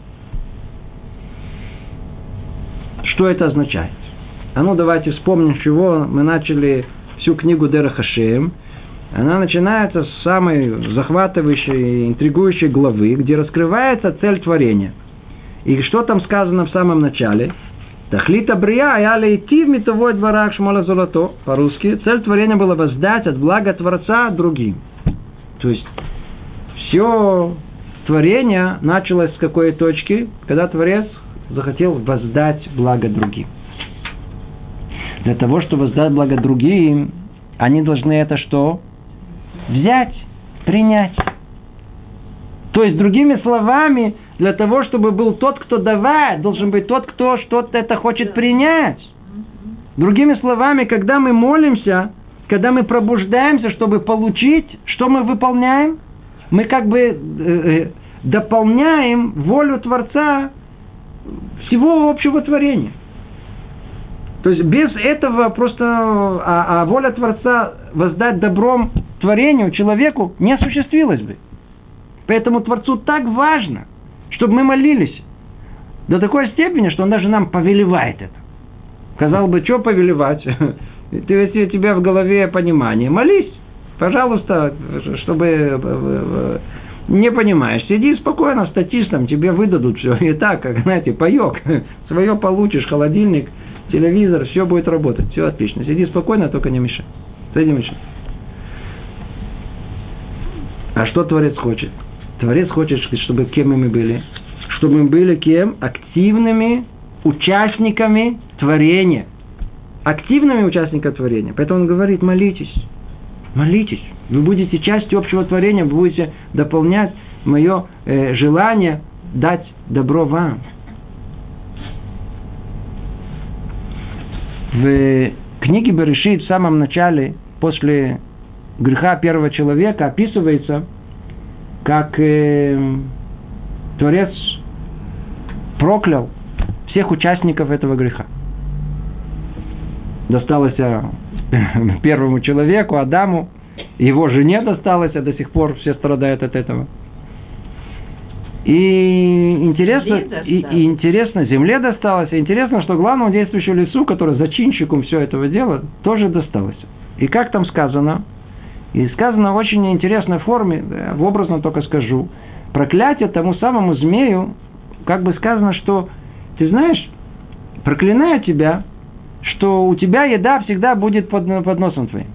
A: Что это означает? А ну давайте вспомним, с чего мы начали всю книгу Дерех Хашем. Она начинается с самой захватывающей, интригующей главы, где раскрывается цель творения. И что там сказано в самом начале? Тахлита брия яля идти в митовой дворах шмола золото. По-русски. Цель творения была воздать от блага Творца другим. То есть все творение началось с какой точки, когда Творец захотел воздать благо другим. Для того, чтобы воздать благо другим, они должны это что? Взять, принять. То есть, другими словами, для того, чтобы был тот, кто давает, должен быть тот, кто что-то это хочет принять. Другими словами, когда мы молимся, когда мы пробуждаемся, чтобы получить, что мы выполняем? Мы как бы э, дополняем волю Творца всего общего творения. То есть без этого просто а, а воля Творца воздать добром творению, человеку, не осуществилась бы. Поэтому Творцу так важно, чтобы мы молились до такой степени, что Он даже нам повелевает это. Казалось бы, что повелевать? Если у тебя в голове понимание, молись, пожалуйста, чтобы... Не понимаешь, сиди спокойно, статистом, тебе выдадут все. И так, как, знаете, паёк, свое получишь, холодильник, телевизор, все будет работать, все отлично. Сиди спокойно, только не мешай. Ты не мешай. А что Творец хочет? Творец хочет, чтобы кем мы были? Чтобы мы были кем? Активными участниками творения. Активными участниками творения. Поэтому он говорит, молитесь. Молитесь. Вы будете частью общего творения, вы будете дополнять мое э, желание дать добро вам. В книге Берешит в самом начале, после греха первого человека, описывается, как э, Творец проклял всех участников этого греха. Досталось первому человеку, Адаму, его жене досталось, а до сих пор все страдают от этого. И интересно, и,
B: досталось.
A: и интересно, земле досталось, и интересно, что главному действующему лицу, который зачинщиком всего этого дела, тоже досталось. И как там сказано? И сказано в очень интересной форме, да, в образно только скажу, проклятие тому самому змею, как бы сказано, что, ты знаешь, проклинаю тебя, что у тебя еда всегда будет под, под носом твоим.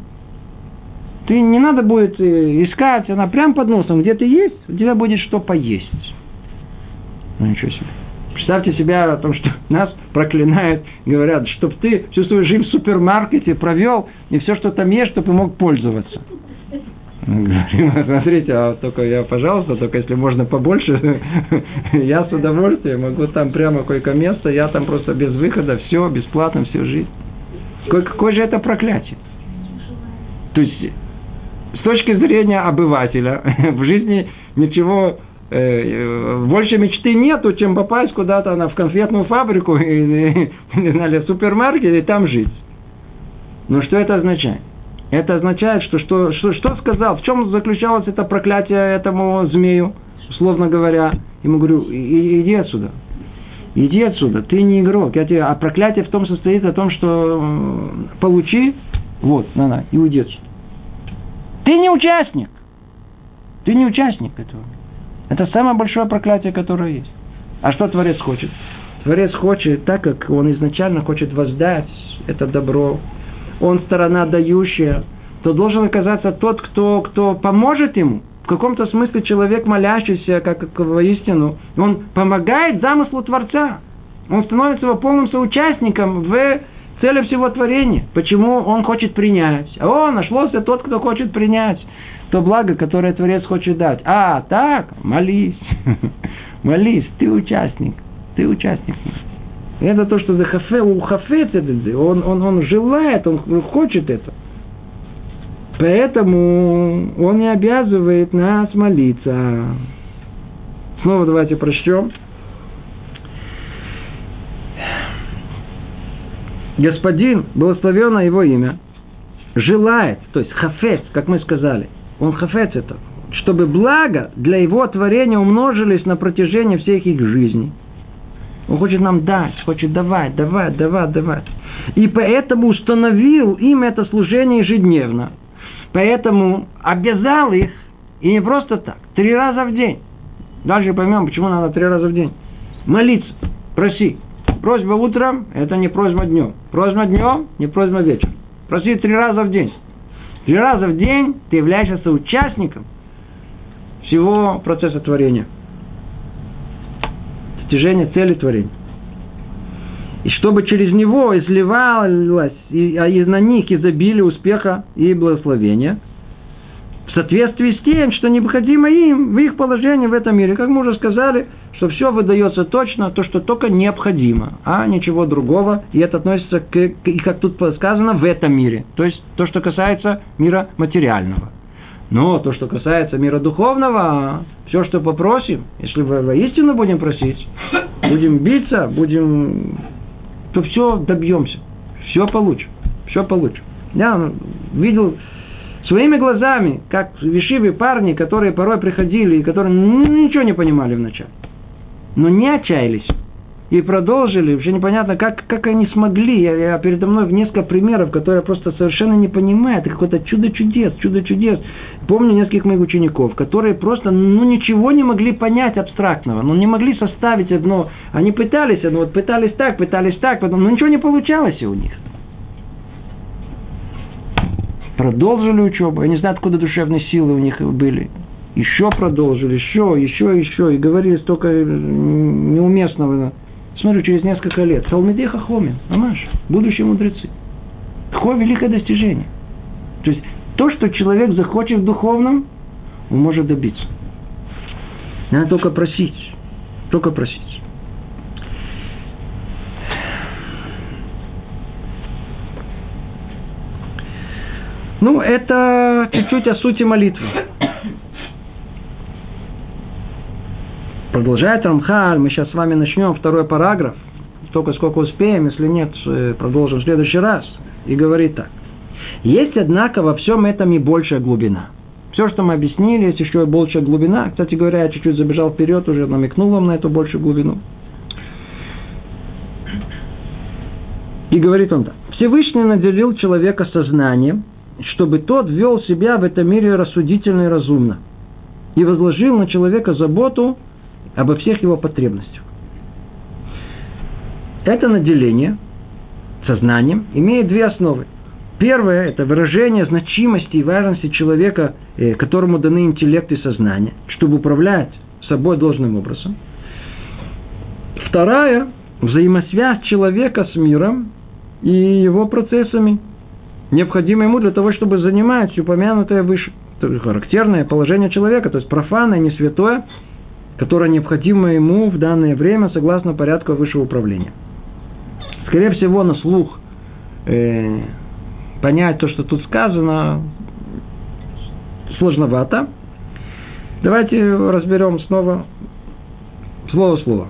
A: Ты не надо будет искать, она прямо под носом, где ты есть, у тебя будет что поесть. Ну ничего себе. Представьте себя о том, что нас проклинают, говорят, чтобы ты всю свою жизнь в супермаркете провел, и все, что там ешь, чтобы мог пользоваться. Мы говорим, смотрите, а только я, пожалуйста, только если можно побольше, я с удовольствием могу там прямо койко-место, я там просто без выхода, все, бесплатно всю жизнь. Какое, какое же это проклятие? То есть, с точки зрения обывателя, в жизни ничего э, больше мечты нету, чем попасть куда-то на, в конфетную фабрику или, или в супермаркет и там жить. Но что это означает? Это означает, что, что, что, что сказал, в чем заключалось это проклятие этому змею, условно говоря. Ему говорю, иди отсюда. Иди отсюда, ты не игрок. Я тебе... А проклятие в том состоит, о том, что получи, вот, на-на, и уйди отсюда. Ты не участник. Ты не участник этого. Это самое большое проклятие, которое есть. А что Творец хочет? Творец хочет, так как он изначально хочет воздать это добро, он сторона дающая, то должен оказаться тот, кто, кто поможет ему. В каком-то смысле человек, молящийся, как, как воистину, он помогает замыслу Творца. Он становится его полным соучастником в цели всего творения. Почему он хочет принять? О, нашелся тот, кто хочет принять то благо, которое Творец хочет дать. А, так, молись. Молись, ты участник. Ты участник. Это то, что за хафе, у хафец, он, он, он желает, он хочет это. Поэтому он не обязывает нас молиться. Снова давайте прочтем. Господин, благословенно его имя, желает, то есть хафец, как мы сказали, он хафец это, чтобы благо для его творения умножились на протяжении всех их жизней. Он хочет нам дать, хочет давать, давать, давать, давать. И поэтому установил им это служение ежедневно. Поэтому обязал их, и не просто так, три раза в день. Дальше поймем, почему надо три раза в день. Молиться, проси. Просьба утром – это не просьба днем. Просьба днем – не просьба вечером. Проси три раза в день. Три раза в день ты являешься соучастником всего процесса творения. Достижения цели творения. И чтобы через него изливалось и на них изобилие успеха и благословения, в соответствии с тем, что необходимо им в их положении в этом мире. Как мы уже сказали, что все выдается точно, то, что только необходимо, а ничего другого. И это относится к, и как тут сказано, в этом мире. То есть, то, что касается мира материального. Но то, что касается мира духовного, все, что попросим, если мы воистину будем просить, будем биться, будем, то все добьемся. Все получим. Все получим. Я видел своими глазами, как вишивые парни, которые порой приходили, и которые ничего не понимали вначале. Но не отчаялись. И продолжили. Вообще непонятно, как, как они смогли. Я, я передо мной несколько примеров, которые я просто совершенно не понимаю. Это какое-то чудо-чудес, чудо-чудес. Помню нескольких моих учеников, которые просто ну, ничего не могли понять абстрактного. Ну, не могли составить одно. Они пытались, ну, вот пытались так, пытались так, потом, но ничего не получалось у них. Продолжили учебу. Я не знаю, откуда душевные силы у них были. Еще продолжили, еще, еще, еще. И говорили столько неуместного. Смотрю, через несколько лет. Талмидей Хахомим, Амаш, будущие мудрецы. Какое великое достижение. То есть, то, что человек захочет в духовном, он может добиться. Надо только просить. Только просить. Ну, это чуть-чуть о сути молитвы. Продолжает Рамхаль, мы сейчас с вами начнем второй параграф, только сколько успеем, если нет, продолжим в следующий раз. И говорит так. Есть, однако, во всем этом и большая глубина. Все, что мы объяснили, есть еще большая глубина. Кстати говоря, я чуть-чуть забежал вперед, уже намекнул вам на эту большую глубину. И говорит он так. Всевышний наделил человека сознанием, чтобы тот вел себя в этом мире рассудительно и разумно. И возложил на человека заботу обо всех его потребностях. Это наделение сознанием имеет две основы. Первое – это выражение значимости и важности человека, которому даны интеллект и сознание, чтобы управлять собой должным образом. Вторая – взаимосвязь человека с миром и его процессами, необходимые ему для того, чтобы занимать упомянутое выше. То есть характерное положение человека, то есть профанное, не святое, которое необходимо ему в данное время согласно порядку высшего управления. Скорее всего, на слух э, понять то, что тут сказано, сложновато. Давайте разберем снова слово в слово.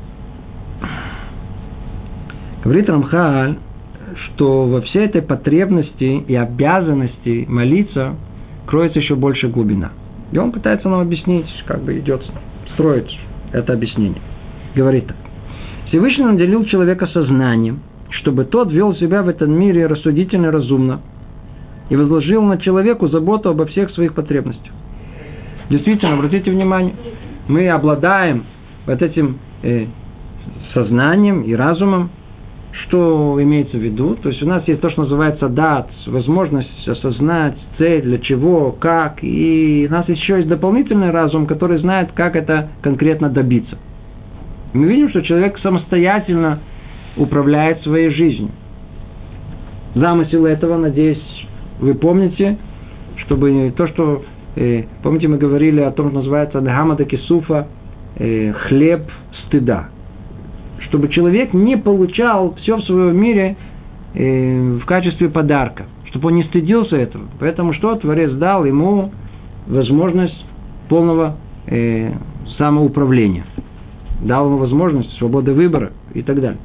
A: Говорит Рамхаль, что во всей этой потребности и обязанности молиться кроется еще больше глубина. И он пытается нам объяснить, как бы идет строить это объяснение. Говорит так. Всевышний наделил человека сознанием, чтобы тот вел себя в этом мире рассудительно и разумно, и возложил на человеку заботу обо всех своих потребностях. Действительно, обратите внимание, мы обладаем вот этим э, сознанием и разумом. Что имеется в виду? То есть у нас есть то, что называется дат, возможность осознать цель, для чего, как. И у нас еще есть дополнительный разум, который знает, как это конкретно добиться. Мы видим, что человек самостоятельно управляет своей жизнью. Замысел этого, надеюсь, вы помните, чтобы то, что, э, помните, мы говорили о том, что называется Дхамада Кисуфа, э, хлеб стыда. Чтобы человек не получал все в своем мире э, в качестве подарка, чтобы он не стыдился этого. Поэтому что Творец дал ему возможность полного э, самоуправления, дал ему возможность свободы выбора и так далее.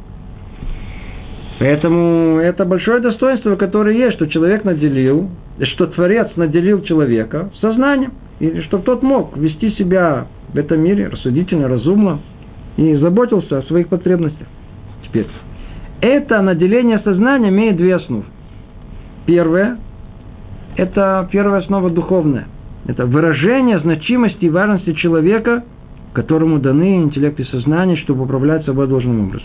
A: Поэтому это большое достоинство, которое есть, что человек наделил, что Творец наделил человека сознанием, и чтобы тот мог вести себя в этом мире рассудительно, разумно, и заботился о своих потребностях. Теперь, это наделение сознания имеет две основы. Первое, это первая основа духовная. Это выражение значимости и важности человека, которому даны интеллект и сознание, чтобы управлять собой должным образом.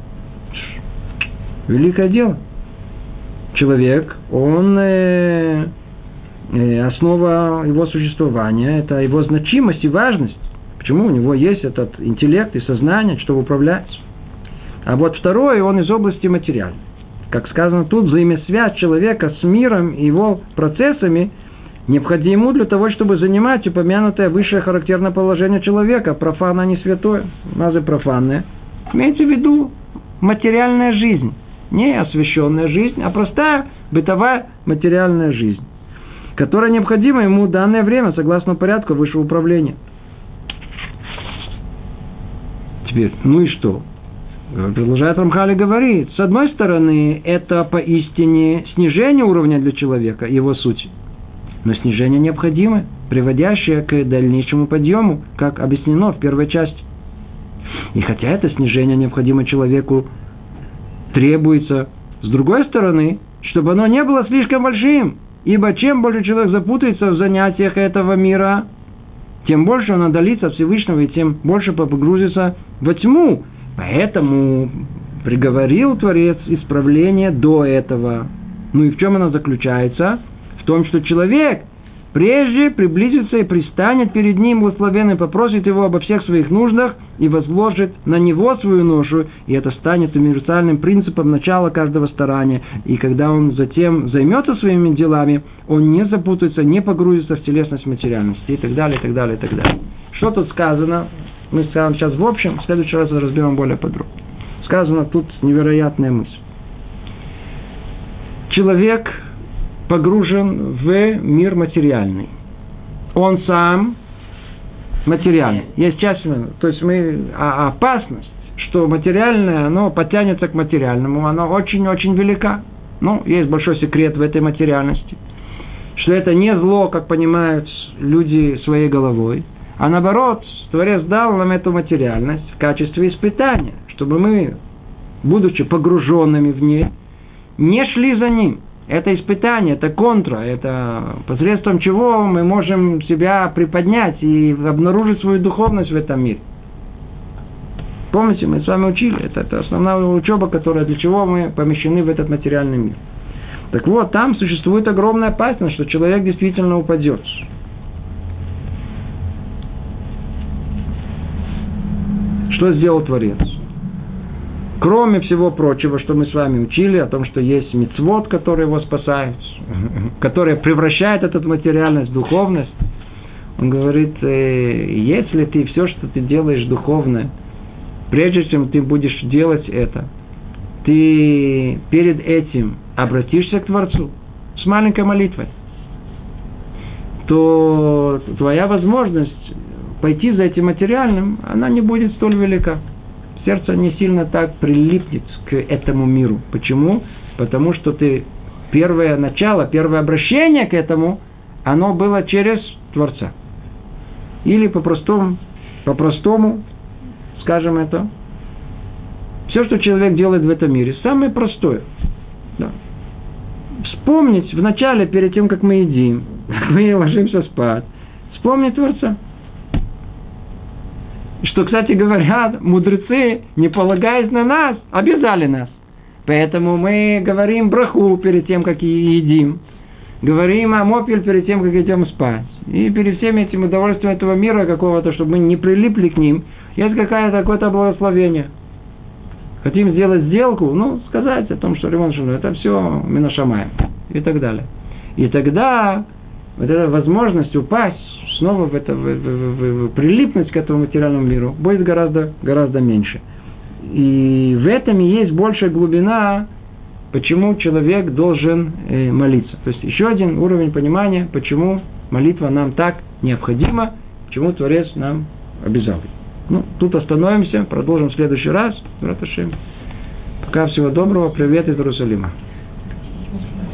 A: Великое дело. Человек, он э, э, основа его существования, это его значимость и важность. Почему? У него есть этот интеллект и сознание, чтобы управлять. А вот второе, он из области материальной. Как сказано тут, взаимосвязь человека с миром и его процессами необходима ему для того, чтобы занимать упомянутое высшее характерное положение человека, профанное, а не святое, назы профанное. Имеется в виду материальная жизнь, не освященная жизнь, а простая бытовая материальная жизнь, которая необходима ему в данное время, согласно порядку высшего управления. Теперь, ну и что? Продолжает Рамхаль говорит, с одной стороны, это поистине снижение уровня для человека, его сути. Но снижение необходимо, приводящее к дальнейшему подъему, как объяснено в первой части. И хотя это снижение необходимо человеку, требуется, с другой стороны, чтобы оно не было слишком большим. Ибо чем больше человек запутается в занятиях этого мира, тем больше он отдалится от Всевышнего, и тем больше погрузится во тьму. Поэтому приговорил Творец исправление до этого. Ну и в чем оно заключается? В том, что человек прежде приблизится и пристанет перед ним благословенный, попросит его обо всех своих нуждах и возложит на него свою ношу, и это станет универсальным принципом начала каждого старания. И когда он затем займется своими делами, он не запутается, не погрузится в телесность материальности и так далее, и так далее, и так далее. Что тут сказано? Мы скажем сейчас в общем, в следующий раз разберем более подробно. Сказано тут невероятная мысль. Человек погружен в мир материальный. Он сам материальный. Есть часть, то есть мы, а опасность, что материальное, оно потянется к материальному, оно очень-очень велика. Ну, есть большой секрет в этой материальности. Что это не зло, как понимают люди своей головой, а наоборот, Творец дал нам эту материальность в качестве испытания, чтобы мы, будучи погруженными в ней, не шли за ним. Это испытание, это контра, это посредством чего мы можем себя приподнять и обнаружить свою духовность в этом мире. Помните, мы с вами учили, это, это основная учеба, которая для чего мы помещены в этот материальный мир. Так вот, там существует огромная опасность, что человек действительно упадет. Что сделал Творец? Кроме всего прочего, что мы с вами учили, о том, что есть мицвот, который его спасает, который превращает эту материальность в духовность, он говорит, если ты все, что ты делаешь духовное, прежде чем ты будешь делать это, ты перед этим обратишься к Творцу с маленькой молитвой, то твоя возможность пойти за этим материальным, она не будет столь велика. Сердце не сильно так прилипнет к этому миру. Почему? Потому что ты первое начало, первое обращение к этому, оно было через Творца. Или по-простому, по-простому, скажем это, все, что человек делает в этом мире, самое простое. Да. Вспомнить вначале, перед тем, как мы едим, как мы ложимся спать, вспомнить Творца. Что, кстати говоря, мудрецы, не полагаясь на нас, обязали нас. Поэтому мы говорим браху перед тем, как едим. Говорим амопель перед тем, как идем спать. И перед всеми этим удовольствием этого мира какого-то, чтобы мы не прилипли к ним, есть какое-то, какое-то благословение. Хотим сделать сделку, ну, сказать о том, что ремонт, это все минашамаем. И так далее. И тогда вот эта возможность упасть снова в это, в, в, в, в, прилипнуть к этому материальному миру будет гораздо, гораздо меньше. И в этом и есть большая глубина, почему человек должен э, молиться. То есть еще один уровень понимания, почему молитва нам так необходима, почему Творец нам обязал. Ну, тут остановимся, продолжим в следующий раз. Пока всего доброго, привет из Иерусалима.